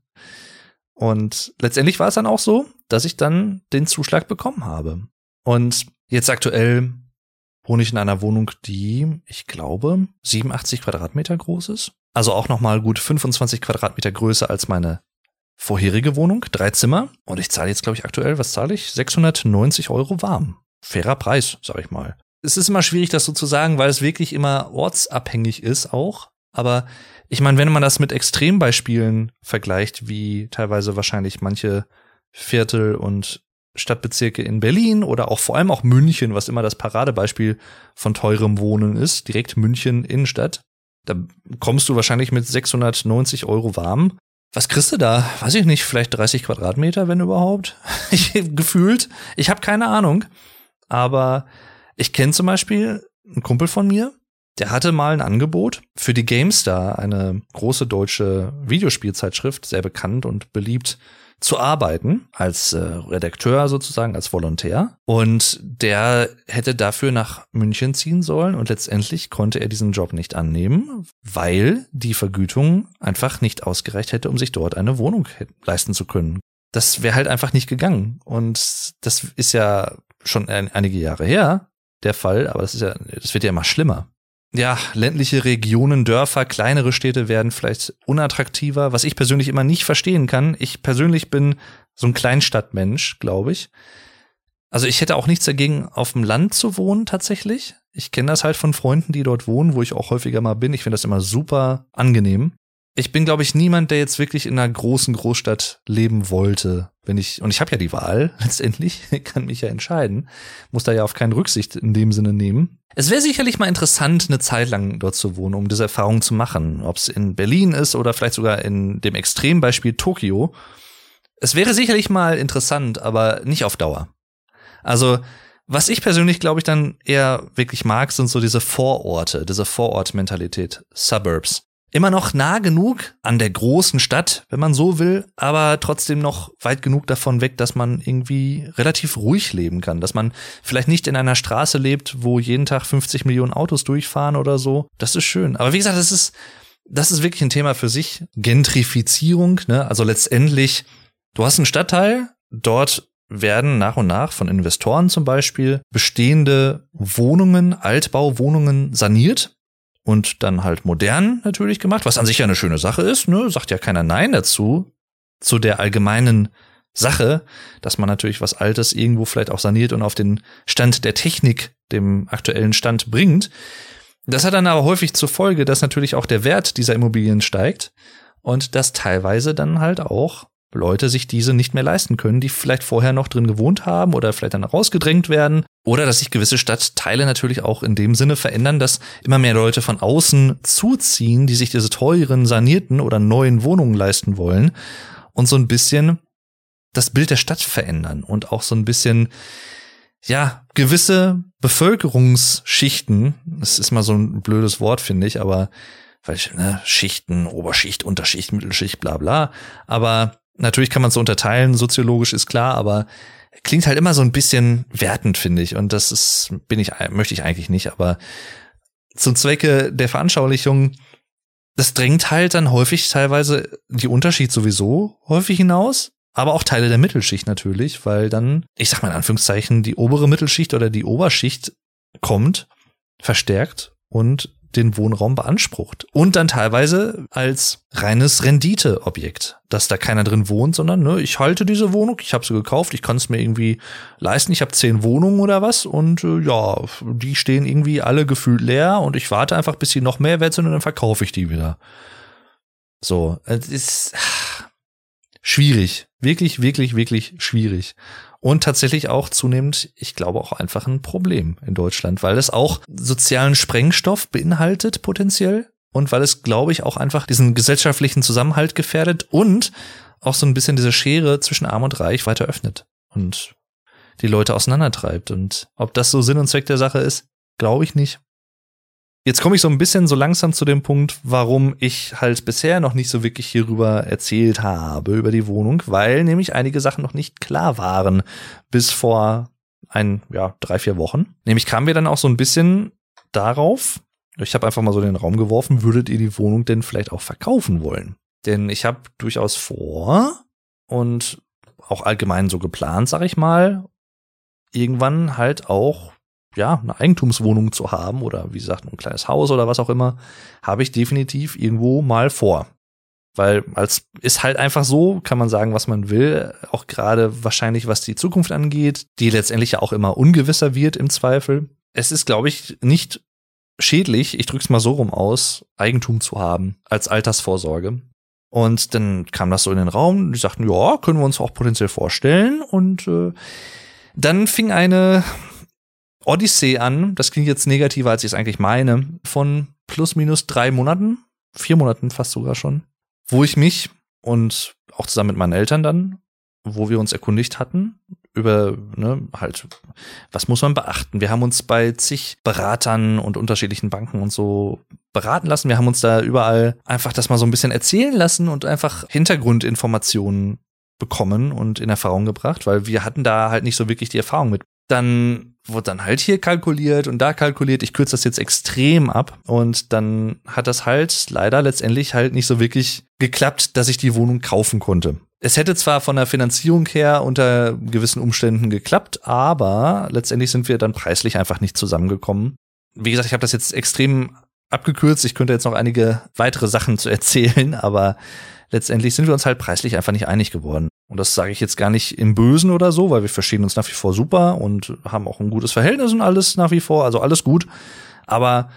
Und letztendlich war es dann auch so, dass ich dann den Zuschlag bekommen habe. Und jetzt aktuell wohne ich in einer Wohnung, die, ich glaube, 87 Quadratmeter groß ist. Also auch nochmal gut 25 Quadratmeter größer als meine vorherige Wohnung, 3 Zimmer. Und ich zahle jetzt, glaube ich, aktuell, was zahle ich? 690 € warm. Fairer Preis, sag ich mal. Es ist immer schwierig, das so zu sagen, weil es wirklich immer ortsabhängig ist auch. Aber ich meine, wenn man das mit Extrembeispielen vergleicht, wie teilweise wahrscheinlich manche Viertel und Stadtbezirke in Berlin oder auch vor allem auch München, was immer das Paradebeispiel von teurem Wohnen ist, direkt München Innenstadt, da kommst du wahrscheinlich mit 690 € warm. Was kriegst du da? Weiß ich nicht, vielleicht 30 Quadratmeter, wenn überhaupt. Gefühlt. Ich habe keine Ahnung. Aber ich kenne zum Beispiel einen Kumpel von mir, der hatte mal ein Angebot für die GameStar, eine große deutsche Videospielzeitschrift, sehr bekannt und beliebt, zu arbeiten, als Redakteur sozusagen, als Volontär. Und der hätte dafür nach München ziehen sollen und letztendlich konnte er diesen Job nicht annehmen, weil die Vergütung einfach nicht ausgereicht hätte, um sich dort eine Wohnung leisten zu können. Das wäre halt einfach nicht gegangen. Und das ist ja schon einige Jahre her, der Fall, aber das wird ja immer schlimmer. Ja, ländliche Regionen, Dörfer, kleinere Städte werden vielleicht unattraktiver, was ich persönlich immer nicht verstehen kann. Ich persönlich bin so ein Kleinstadtmensch, glaube ich. Also ich hätte auch nichts dagegen, auf dem Land zu wohnen tatsächlich. Ich kenne das halt von Freunden, die dort wohnen, wo ich auch häufiger mal bin. Ich finde das immer super angenehm. Ich bin, glaube ich, niemand, der jetzt wirklich in einer großen Großstadt leben wollte. Und ich habe ja die Wahl, letztendlich, kann mich ja entscheiden, muss da ja auf keine Rücksicht in dem Sinne nehmen. Es wäre sicherlich mal interessant, eine Zeit lang dort zu wohnen, um diese Erfahrung zu machen. Ob es in Berlin ist oder vielleicht sogar in dem Extrembeispiel Tokio. Es wäre sicherlich mal interessant, aber nicht auf Dauer. Also, was ich persönlich, glaube ich, dann eher wirklich mag, sind so diese Vororte, diese Vorortmentalität, Suburbs. Immer noch nah genug an der großen Stadt, wenn man so will, aber trotzdem noch weit genug davon weg, dass man irgendwie relativ ruhig leben kann. Dass man vielleicht nicht in einer Straße lebt, wo jeden Tag 50 Millionen Autos durchfahren oder so. Das ist schön. Aber wie gesagt, das ist wirklich ein Thema für sich. Gentrifizierung, ne? Also letztendlich, du hast einen Stadtteil, dort werden nach und nach von Investoren zum Beispiel bestehende Wohnungen, Altbauwohnungen saniert. Und dann halt modern natürlich gemacht, was an sich ja eine schöne Sache ist, ne? Sagt ja keiner Nein dazu, zu der allgemeinen Sache, dass man natürlich was Altes irgendwo vielleicht auch saniert und auf den Stand der Technik, dem aktuellen Stand bringt. Das hat dann aber häufig zur Folge, dass natürlich auch der Wert dieser Immobilien steigt und dass teilweise dann halt auch Leute sich diese nicht mehr leisten können, die vielleicht vorher noch drin gewohnt haben oder vielleicht dann rausgedrängt werden. Oder dass sich gewisse Stadtteile natürlich auch in dem Sinne verändern, dass immer mehr Leute von außen zuziehen, die sich diese teuren, sanierten oder neuen Wohnungen leisten wollen und so ein bisschen das Bild der Stadt verändern und auch so ein bisschen, ja, gewisse Bevölkerungsschichten, das ist mal so ein blödes Wort, finde ich, aber weil Schichten, Oberschicht, Unterschicht, Mittelschicht, bla bla, aber Natürlich kann man es so unterteilen, soziologisch ist klar, aber klingt halt immer so ein bisschen wertend, finde ich. Und das möchte ich eigentlich nicht, aber zum Zwecke der Veranschaulichung, das drängt halt dann häufig teilweise die Unterschied sowieso häufig hinaus, aber auch Teile der Mittelschicht natürlich, weil dann, ich sag mal in Anführungszeichen, die obere Mittelschicht oder die Oberschicht kommt, verstärkt und den Wohnraum beansprucht. Und dann teilweise als reines Renditeobjekt, dass da keiner drin wohnt, sondern ich halte diese Wohnung, ich habe sie gekauft, ich kann es mir irgendwie leisten, ich habe 10 Wohnungen oder was und die stehen irgendwie alle gefühlt leer und ich warte einfach, bis sie noch mehr wert sind und dann verkaufe ich die wieder. So, es ist schwierig. Wirklich, wirklich, wirklich schwierig. Und tatsächlich auch zunehmend, ich glaube, auch einfach ein Problem in Deutschland, weil es auch sozialen Sprengstoff beinhaltet potenziell und weil es, glaube ich, auch einfach diesen gesellschaftlichen Zusammenhalt gefährdet und auch so ein bisschen diese Schere zwischen Arm und Reich weiter öffnet und die Leute auseinandertreibt. Und ob das so Sinn und Zweck der Sache ist, glaube ich nicht. Jetzt komme ich so ein bisschen so langsam zu dem Punkt, warum ich halt bisher noch nicht so wirklich hierüber erzählt habe, über die Wohnung, weil nämlich einige Sachen noch nicht klar waren bis vor 3-4 Wochen. Nämlich kamen wir dann auch so ein bisschen darauf, ich habe einfach mal so in den Raum geworfen, würdet ihr die Wohnung denn vielleicht auch verkaufen wollen? Denn ich habe durchaus vor und auch allgemein so geplant, sag ich mal, irgendwann halt auch eine Eigentumswohnung zu haben oder wie gesagt ein kleines Haus oder was auch immer, habe ich definitiv irgendwo mal vor. Weil als ist halt einfach so, kann man sagen, was man will, auch gerade wahrscheinlich, was die Zukunft angeht, die letztendlich ja auch immer ungewisser wird im Zweifel. Es ist, glaube ich, nicht schädlich, ich drück's mal so rum aus, Eigentum zu haben als Altersvorsorge. Und dann kam das so in den Raum, die sagten, ja, können wir uns auch potenziell vorstellen. Und dann fing eine Odyssee an, das klingt jetzt negativer, als ich es eigentlich meine, von plus minus 3 Monaten, 4 Monaten fast sogar schon, wo ich mich und auch zusammen mit meinen Eltern dann, wo wir uns erkundigt hatten, über, was muss man beachten? Wir haben uns bei zig Beratern und unterschiedlichen Banken und so beraten lassen. Wir haben uns da überall einfach das mal so ein bisschen erzählen lassen und einfach Hintergrundinformationen bekommen und in Erfahrung gebracht, weil wir hatten da halt nicht so wirklich die Erfahrung mit. Dann wurde dann halt hier kalkuliert und da kalkuliert. Ich kürze das jetzt extrem ab. Und dann hat das halt leider letztendlich halt nicht so wirklich geklappt, dass ich die Wohnung kaufen konnte. Es hätte zwar von der Finanzierung her unter gewissen Umständen geklappt, aber letztendlich sind wir dann preislich einfach nicht zusammengekommen. Wie gesagt, ich habe das jetzt extrem abgekürzt. Ich könnte jetzt noch einige weitere Sachen zu erzählen, aber letztendlich sind wir uns halt preislich einfach nicht einig geworden. Und das sage ich jetzt gar nicht im Bösen oder so, weil wir verstehen uns nach wie vor super und haben auch ein gutes Verhältnis und alles nach wie vor, also alles gut. Aber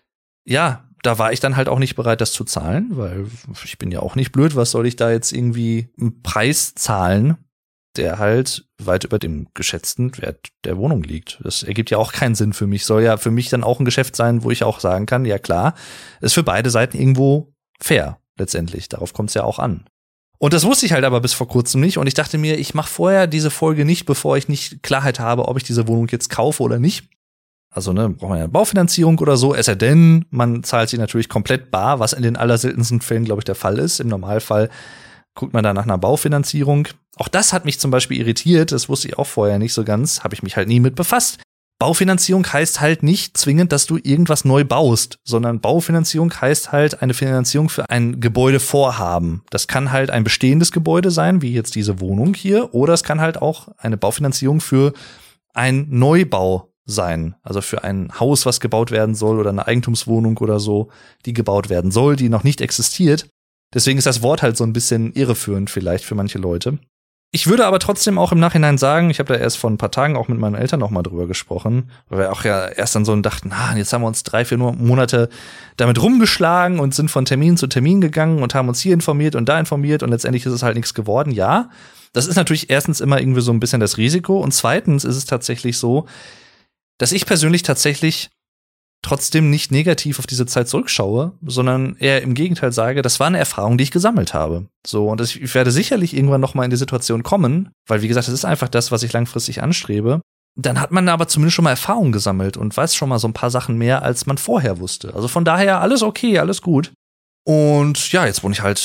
ja, da war ich dann halt auch nicht bereit, das zu zahlen, weil ich bin ja auch nicht blöd. Was soll ich da jetzt irgendwie einen Preis zahlen, der halt weit über dem geschätzten Wert der Wohnung liegt? Das ergibt ja auch keinen Sinn für mich. Soll ja für mich dann auch ein Geschäft sein, wo ich auch sagen kann, ja klar, ist für beide Seiten irgendwo fair letztendlich. Darauf kommt es ja auch an. Und das wusste ich halt aber bis vor kurzem nicht. Und ich dachte mir, ich mache vorher diese Folge nicht, bevor ich nicht Klarheit habe, ob ich diese Wohnung jetzt kaufe oder nicht. Also braucht man ja eine Baufinanzierung oder so. Es sei denn, man zahlt sie natürlich komplett bar, was in den allerseltensten Fällen, glaube ich, der Fall ist. Im Normalfall guckt man da nach einer Baufinanzierung. Auch das hat mich zum Beispiel irritiert. Das wusste ich auch vorher nicht so ganz. Habe ich mich halt nie mit befasst. Baufinanzierung heißt halt nicht zwingend, dass du irgendwas neu baust, sondern Baufinanzierung heißt halt eine Finanzierung für ein Gebäudevorhaben. Das kann halt ein bestehendes Gebäude sein, wie jetzt diese Wohnung hier, oder es kann halt auch eine Baufinanzierung für ein Neubau sein. Also für ein Haus, was gebaut werden soll, oder eine Eigentumswohnung oder so, die gebaut werden soll, die noch nicht existiert. Deswegen ist das Wort halt so ein bisschen irreführend vielleicht für manche Leute. Ich würde aber trotzdem auch im Nachhinein sagen, ich habe da erst vor ein paar Tagen auch mit meinen Eltern noch mal drüber gesprochen, weil wir auch ja erst dann so dachten, jetzt haben wir uns 3-4 Monate damit rumgeschlagen und sind von Termin zu Termin gegangen und haben uns hier informiert und da informiert und letztendlich ist es halt nichts geworden. Ja, das ist natürlich erstens immer irgendwie so ein bisschen das Risiko und zweitens ist es tatsächlich so, dass ich persönlich tatsächlich trotzdem nicht negativ auf diese Zeit zurückschaue, sondern eher im Gegenteil sage, das war eine Erfahrung, die ich gesammelt habe. So, und ich werde sicherlich irgendwann noch mal in die Situation kommen, weil wie gesagt, das ist einfach das, was ich langfristig anstrebe. Dann hat man aber zumindest schon mal Erfahrung gesammelt und weiß schon mal so ein paar Sachen mehr, als man vorher wusste. Also von daher alles okay, alles gut. Und ja, jetzt wohne ich halt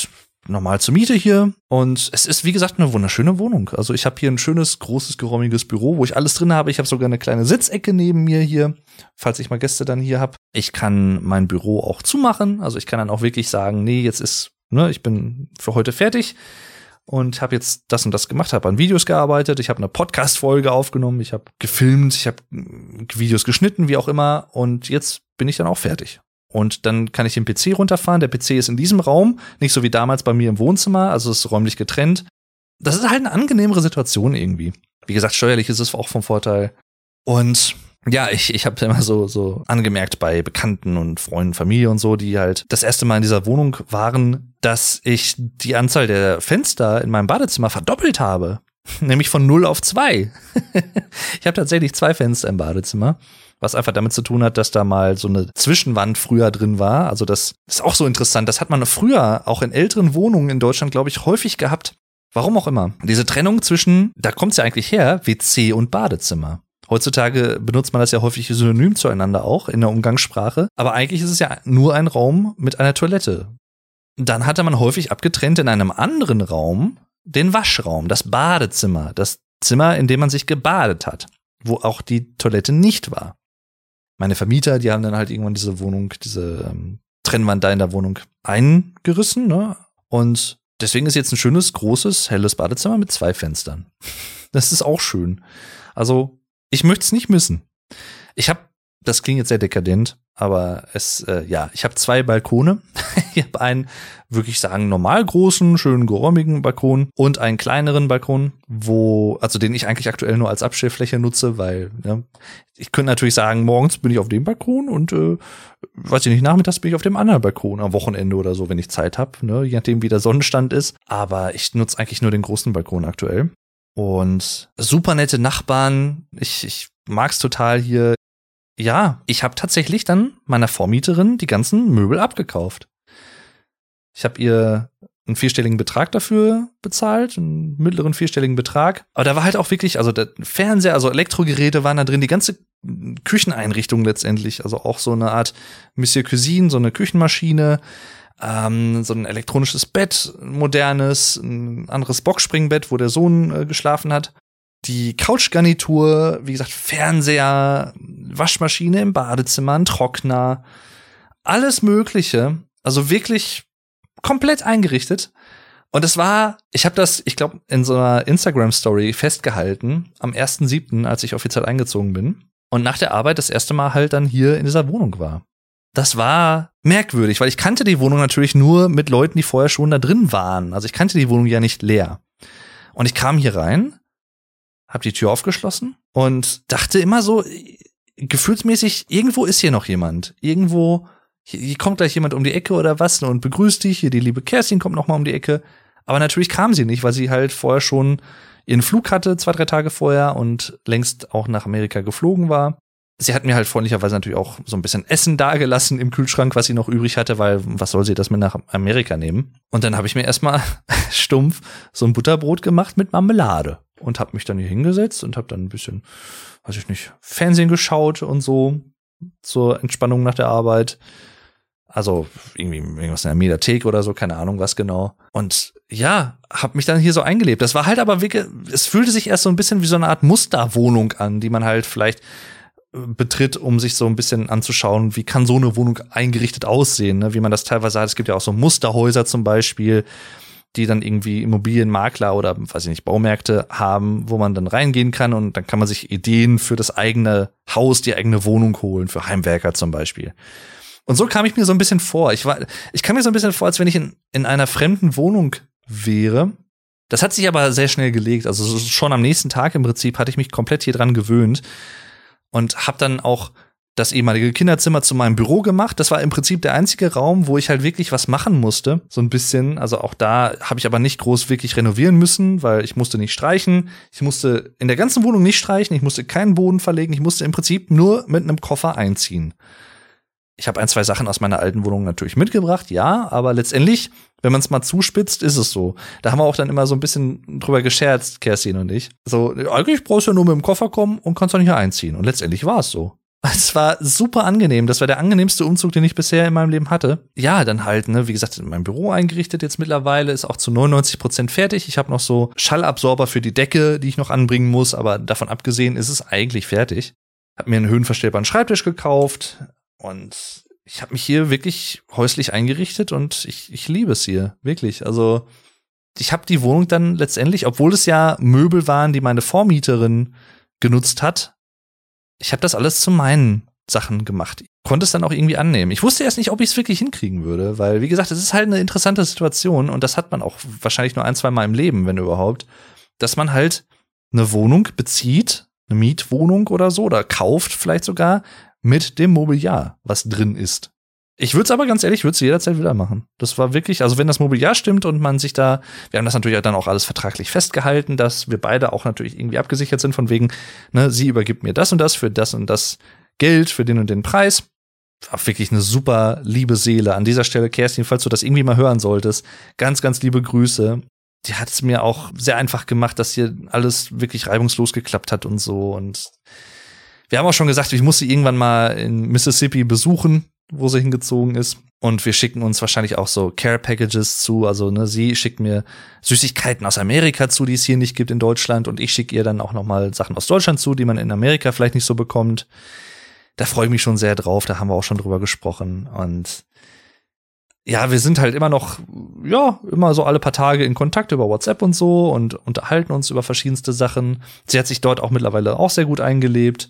normal zur Miete hier und es ist, wie gesagt, eine wunderschöne Wohnung. Also ich habe hier ein schönes, großes, geräumiges Büro, wo ich alles drin habe. Ich habe sogar eine kleine Sitzecke neben mir hier, falls ich mal Gäste dann hier habe. Ich kann mein Büro auch zumachen. Also ich kann dann auch wirklich sagen, nee, jetzt ist, ich bin für heute fertig und habe jetzt das und das gemacht, habe an Videos gearbeitet, ich habe eine Podcast-Folge aufgenommen, ich habe gefilmt, ich habe Videos geschnitten, wie auch immer und jetzt bin ich dann auch fertig. Und dann kann ich den PC runterfahren. Der PC ist in diesem Raum, nicht so wie damals bei mir im Wohnzimmer, also es ist räumlich getrennt. Das ist halt eine angenehmere Situation irgendwie. Wie gesagt, steuerlich ist es auch vom Vorteil. Und ja, ich habe immer so angemerkt bei Bekannten und Freunden, Familie und so, die halt das erste Mal in dieser Wohnung waren, dass ich die Anzahl der Fenster in meinem Badezimmer verdoppelt habe. Nämlich von 0 auf 2. Ich habe tatsächlich 2 Fenster im Badezimmer. Was einfach damit zu tun hat, dass da mal so eine Zwischenwand früher drin war. Also das ist auch so interessant. Das hat man früher auch in älteren Wohnungen in Deutschland, glaube ich, häufig gehabt. Warum auch immer. Diese Trennung zwischen, da kommt es ja eigentlich her, WC und Badezimmer. Heutzutage benutzt man das ja häufig synonym zueinander auch in der Umgangssprache. Aber eigentlich ist es ja nur ein Raum mit einer Toilette. Dann hatte man häufig abgetrennt in einem anderen Raum den Waschraum, das Badezimmer, das Zimmer, in dem man sich gebadet hat, wo auch die Toilette nicht war. Meine Vermieter, die haben dann halt irgendwann diese Wohnung, diese Trennwand da in der Wohnung eingerissen, ne? Und deswegen ist jetzt ein schönes, großes, helles Badezimmer mit 2 Fenstern. Das ist auch schön. Also, ich möchte es nicht missen. Das klingt jetzt sehr dekadent, aber ich habe 2 Balkone. Ich habe einen, würde ich sagen, normal großen, schönen geräumigen Balkon und einen kleineren Balkon, den ich eigentlich aktuell nur als Abstellfläche nutze, weil ich könnte natürlich sagen, morgens bin ich auf dem Balkon und nachmittags bin ich auf dem anderen Balkon am Wochenende oder so, wenn ich Zeit habe, ne, je nachdem wie der Sonnenstand ist. Aber ich nutze eigentlich nur den großen Balkon aktuell. Und super nette Nachbarn. Ich mag's total hier. Ja, ich habe tatsächlich dann meiner Vormieterin die ganzen Möbel abgekauft. Ich habe ihr einen 4-stelligen Betrag dafür bezahlt, einen mittleren 4-stelligen Betrag. Aber da war halt auch wirklich, also der Fernseher, also Elektrogeräte waren da drin, die ganze Kücheneinrichtung letztendlich. Also auch so eine Art Monsieur Cuisine, so eine Küchenmaschine, so ein elektronisches Bett, modernes, ein anderes Boxspringbett, wo der Sohn geschlafen hat. Die Couchgarnitur, wie gesagt, Fernseher, Waschmaschine im Badezimmer, ein Trockner, alles Mögliche. Also wirklich komplett eingerichtet. Und es war, ich habe das, ich glaube, in so einer Instagram-Story festgehalten, am 1.7., als ich offiziell eingezogen bin. Und nach der Arbeit das erste Mal halt dann hier in dieser Wohnung war. Das war merkwürdig, weil ich kannte die Wohnung natürlich nur mit Leuten, die vorher schon da drin waren. Also ich kannte die Wohnung ja nicht leer. Und ich kam hier rein, hab die Tür aufgeschlossen und dachte immer so, gefühlsmäßig, irgendwo ist hier noch jemand. Irgendwo, hier kommt gleich jemand um die Ecke oder was und begrüßt dich. Hier die liebe Kerstin kommt noch mal um die Ecke. Aber natürlich kam sie nicht, weil sie halt vorher schon ihren Flug hatte, 2-3 Tage vorher und längst auch nach Amerika geflogen war. Sie hat mir halt freundlicherweise natürlich auch so ein bisschen Essen dagelassen im Kühlschrank, was sie noch übrig hatte, weil was soll sie das mit nach Amerika nehmen? Und dann habe ich mir erstmal stumpf so ein Butterbrot gemacht mit Marmelade und habe mich dann hier hingesetzt und habe dann ein bisschen, Fernsehen geschaut und so zur Entspannung nach der Arbeit. Also irgendwas in der Mediathek oder so, keine Ahnung was genau. Und ja, habe mich dann hier so eingelebt. Das war halt aber wirklich, es fühlte sich erst so ein bisschen wie so eine Art Musterwohnung an, die man halt vielleicht betritt, um sich so ein bisschen anzuschauen, wie kann so eine Wohnung eingerichtet aussehen, ne? Wie man das teilweise hat. Es gibt ja auch so Musterhäuser zum Beispiel, die dann irgendwie Immobilienmakler oder, Baumärkte haben, wo man dann reingehen kann und dann kann man sich Ideen für das eigene Haus, die eigene Wohnung holen, für Heimwerker zum Beispiel. Und so kam ich mir so ein bisschen vor. Ich kam mir so ein bisschen vor, als wenn ich in einer fremden Wohnung wäre. Das hat sich aber sehr schnell gelegt. Also schon am nächsten Tag im Prinzip hatte ich mich komplett hier dran gewöhnt. Und habe dann auch das ehemalige Kinderzimmer zu meinem Büro gemacht. Das war im Prinzip der einzige Raum, wo ich halt wirklich was machen musste. So ein bisschen. Also auch da habe ich aber nicht groß wirklich renovieren müssen, weil ich musste nicht streichen. Ich musste in der ganzen Wohnung nicht streichen. Ich musste keinen Boden verlegen. Ich musste im Prinzip nur mit einem Koffer einziehen. Ich habe 1-2 Sachen aus meiner alten Wohnung natürlich mitgebracht, ja, aber letztendlich, wenn man es mal zuspitzt, ist es so. Da haben wir auch dann immer so ein bisschen drüber gescherzt, Kerstin und ich. So, eigentlich brauchst du ja nur mit dem Koffer kommen und kannst dann hier einziehen. Und letztendlich war es so. Es war super angenehm. Das war der angenehmste Umzug, den ich bisher in meinem Leben hatte. Ja, dann halt, ne, wie gesagt, in meinem Büro eingerichtet jetzt mittlerweile, ist auch zu 99% fertig. Ich habe noch so Schallabsorber für die Decke, die ich noch anbringen muss, aber davon abgesehen ist es eigentlich fertig. Hab mir einen höhenverstellbaren Schreibtisch gekauft und ich habe mich hier wirklich häuslich eingerichtet und ich liebe es hier, wirklich. Also ich habe die Wohnung dann letztendlich, obwohl es ja Möbel waren, die meine Vormieterin genutzt hat, ich habe das alles zu meinen Sachen gemacht. Ich konnte es dann auch irgendwie annehmen. Ich wusste erst nicht, ob ich es wirklich hinkriegen würde, weil, wie gesagt, es ist halt eine interessante Situation und das hat man auch wahrscheinlich nur 1-2 Mal im Leben, wenn überhaupt, dass man halt eine Wohnung bezieht, eine Mietwohnung oder so, oder kauft vielleicht sogar mit dem Mobiliar, was drin ist. Ich würde es aber ganz ehrlich, würde es jederzeit wieder machen. Das war wirklich, also wenn das Mobiliar stimmt und man sich da, wir haben das natürlich dann auch alles vertraglich festgehalten, dass wir beide auch natürlich irgendwie abgesichert sind von wegen, ne, sie übergibt mir das und das für das und das Geld, für den und den Preis. War wirklich eine super liebe Seele. An dieser Stelle, Kerstin, falls du das irgendwie mal hören solltest, ganz, ganz liebe Grüße. Die hat es mir auch sehr einfach gemacht, dass hier alles wirklich reibungslos geklappt hat und so. Und wir haben auch schon gesagt, ich muss sie irgendwann mal in Mississippi besuchen, wo sie hingezogen ist. Und wir schicken uns wahrscheinlich auch so Care-Packages zu. Also, ne, sie schickt mir Süßigkeiten aus Amerika zu, die es hier nicht gibt in Deutschland. Und ich schicke ihr dann auch noch mal Sachen aus Deutschland zu, die man in Amerika vielleicht nicht so bekommt. Da freue ich mich schon sehr drauf. Da haben wir auch schon drüber gesprochen. Und ja, wir sind halt immer noch, ja, immer so alle paar Tage in Kontakt über WhatsApp und so und unterhalten uns über verschiedenste Sachen. Sie hat sich dort auch mittlerweile auch sehr gut eingelebt.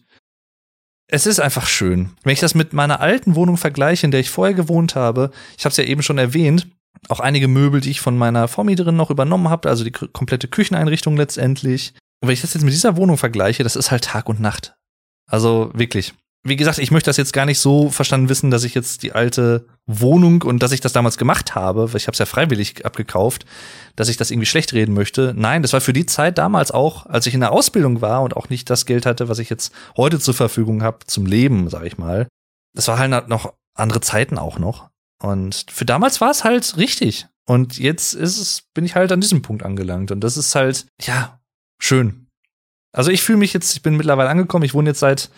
Es ist einfach schön. Wenn ich das mit meiner alten Wohnung vergleiche, in der ich vorher gewohnt habe, ich habe es ja eben schon erwähnt, auch einige Möbel, die ich von meiner Vormieterin noch übernommen habe, also die komplette Kücheneinrichtung letztendlich. Und wenn ich das jetzt mit dieser Wohnung vergleiche, das ist halt Tag und Nacht. Also wirklich. Wie gesagt, ich möchte das jetzt gar nicht so verstanden wissen, dass ich jetzt die alte Wohnung und dass ich das damals gemacht habe, weil ich habe es ja freiwillig abgekauft, dass ich das irgendwie schlecht reden möchte. Nein, das war für die Zeit damals auch, als ich in der Ausbildung war und auch nicht das Geld hatte, was ich jetzt heute zur Verfügung habe zum Leben, sag ich mal. Das war halt noch andere Zeiten auch noch. Und für damals war es halt richtig. Und jetzt bin ich halt an diesem Punkt angelangt. Und das ist halt, ja, schön. Also ich fühle mich jetzt, ich bin mittlerweile angekommen, ich wohne jetzt seit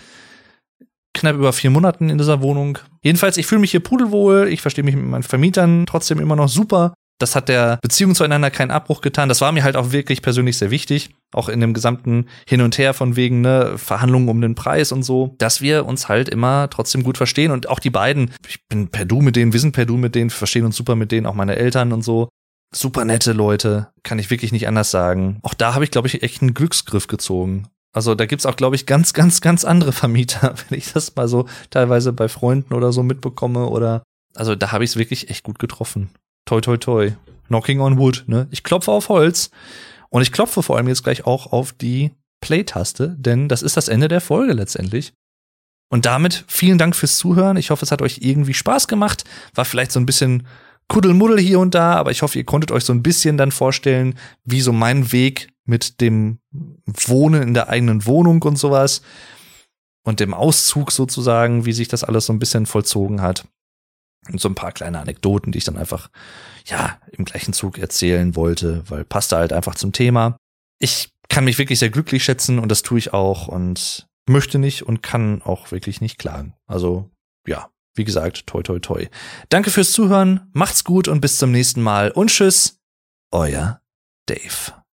knapp über 4 Monaten in dieser Wohnung. Jedenfalls, ich fühle mich hier pudelwohl, ich verstehe mich mit meinen Vermietern trotzdem immer noch super. Das hat der Beziehung zueinander keinen Abbruch getan. Das war mir halt auch wirklich persönlich sehr wichtig, auch in dem gesamten Hin und Her von wegen, ne, Verhandlungen um den Preis und so, dass wir uns halt immer trotzdem gut verstehen und auch die beiden, ich bin per Du mit denen, wir sind per Du mit denen, wir verstehen uns super mit denen, auch meine Eltern und so. Super nette Leute, kann ich wirklich nicht anders sagen. Auch da habe ich, glaube ich, echt einen Glücksgriff gezogen. Also da gibt's auch, glaube ich, ganz, ganz, ganz andere Vermieter, wenn ich das mal so teilweise bei Freunden oder so mitbekomme oder, also da habe ich es wirklich echt gut getroffen. Toi, toi, toi. Knocking on wood, ne? Ich klopfe auf Holz und ich klopfe vor allem jetzt gleich auch auf die Play-Taste, denn das ist das Ende der Folge letztendlich. Und damit vielen Dank fürs Zuhören. Ich hoffe, es hat euch irgendwie Spaß gemacht. War vielleicht so ein bisschen Kuddelmuddel hier und da, aber ich hoffe, ihr konntet euch so ein bisschen dann vorstellen, wie so mein Weg mit dem Wohnen in der eigenen Wohnung und sowas und dem Auszug sozusagen, wie sich das alles so ein bisschen vollzogen hat. Und so ein paar kleine Anekdoten, die ich dann einfach, ja, im gleichen Zug erzählen wollte, weil passte halt einfach zum Thema. Ich kann mich wirklich sehr glücklich schätzen und das tue ich auch und möchte nicht und kann auch wirklich nicht klagen. Also, ja, wie gesagt, toi, toi, toi. Danke fürs Zuhören, macht's gut und bis zum nächsten Mal und tschüss, euer Dave.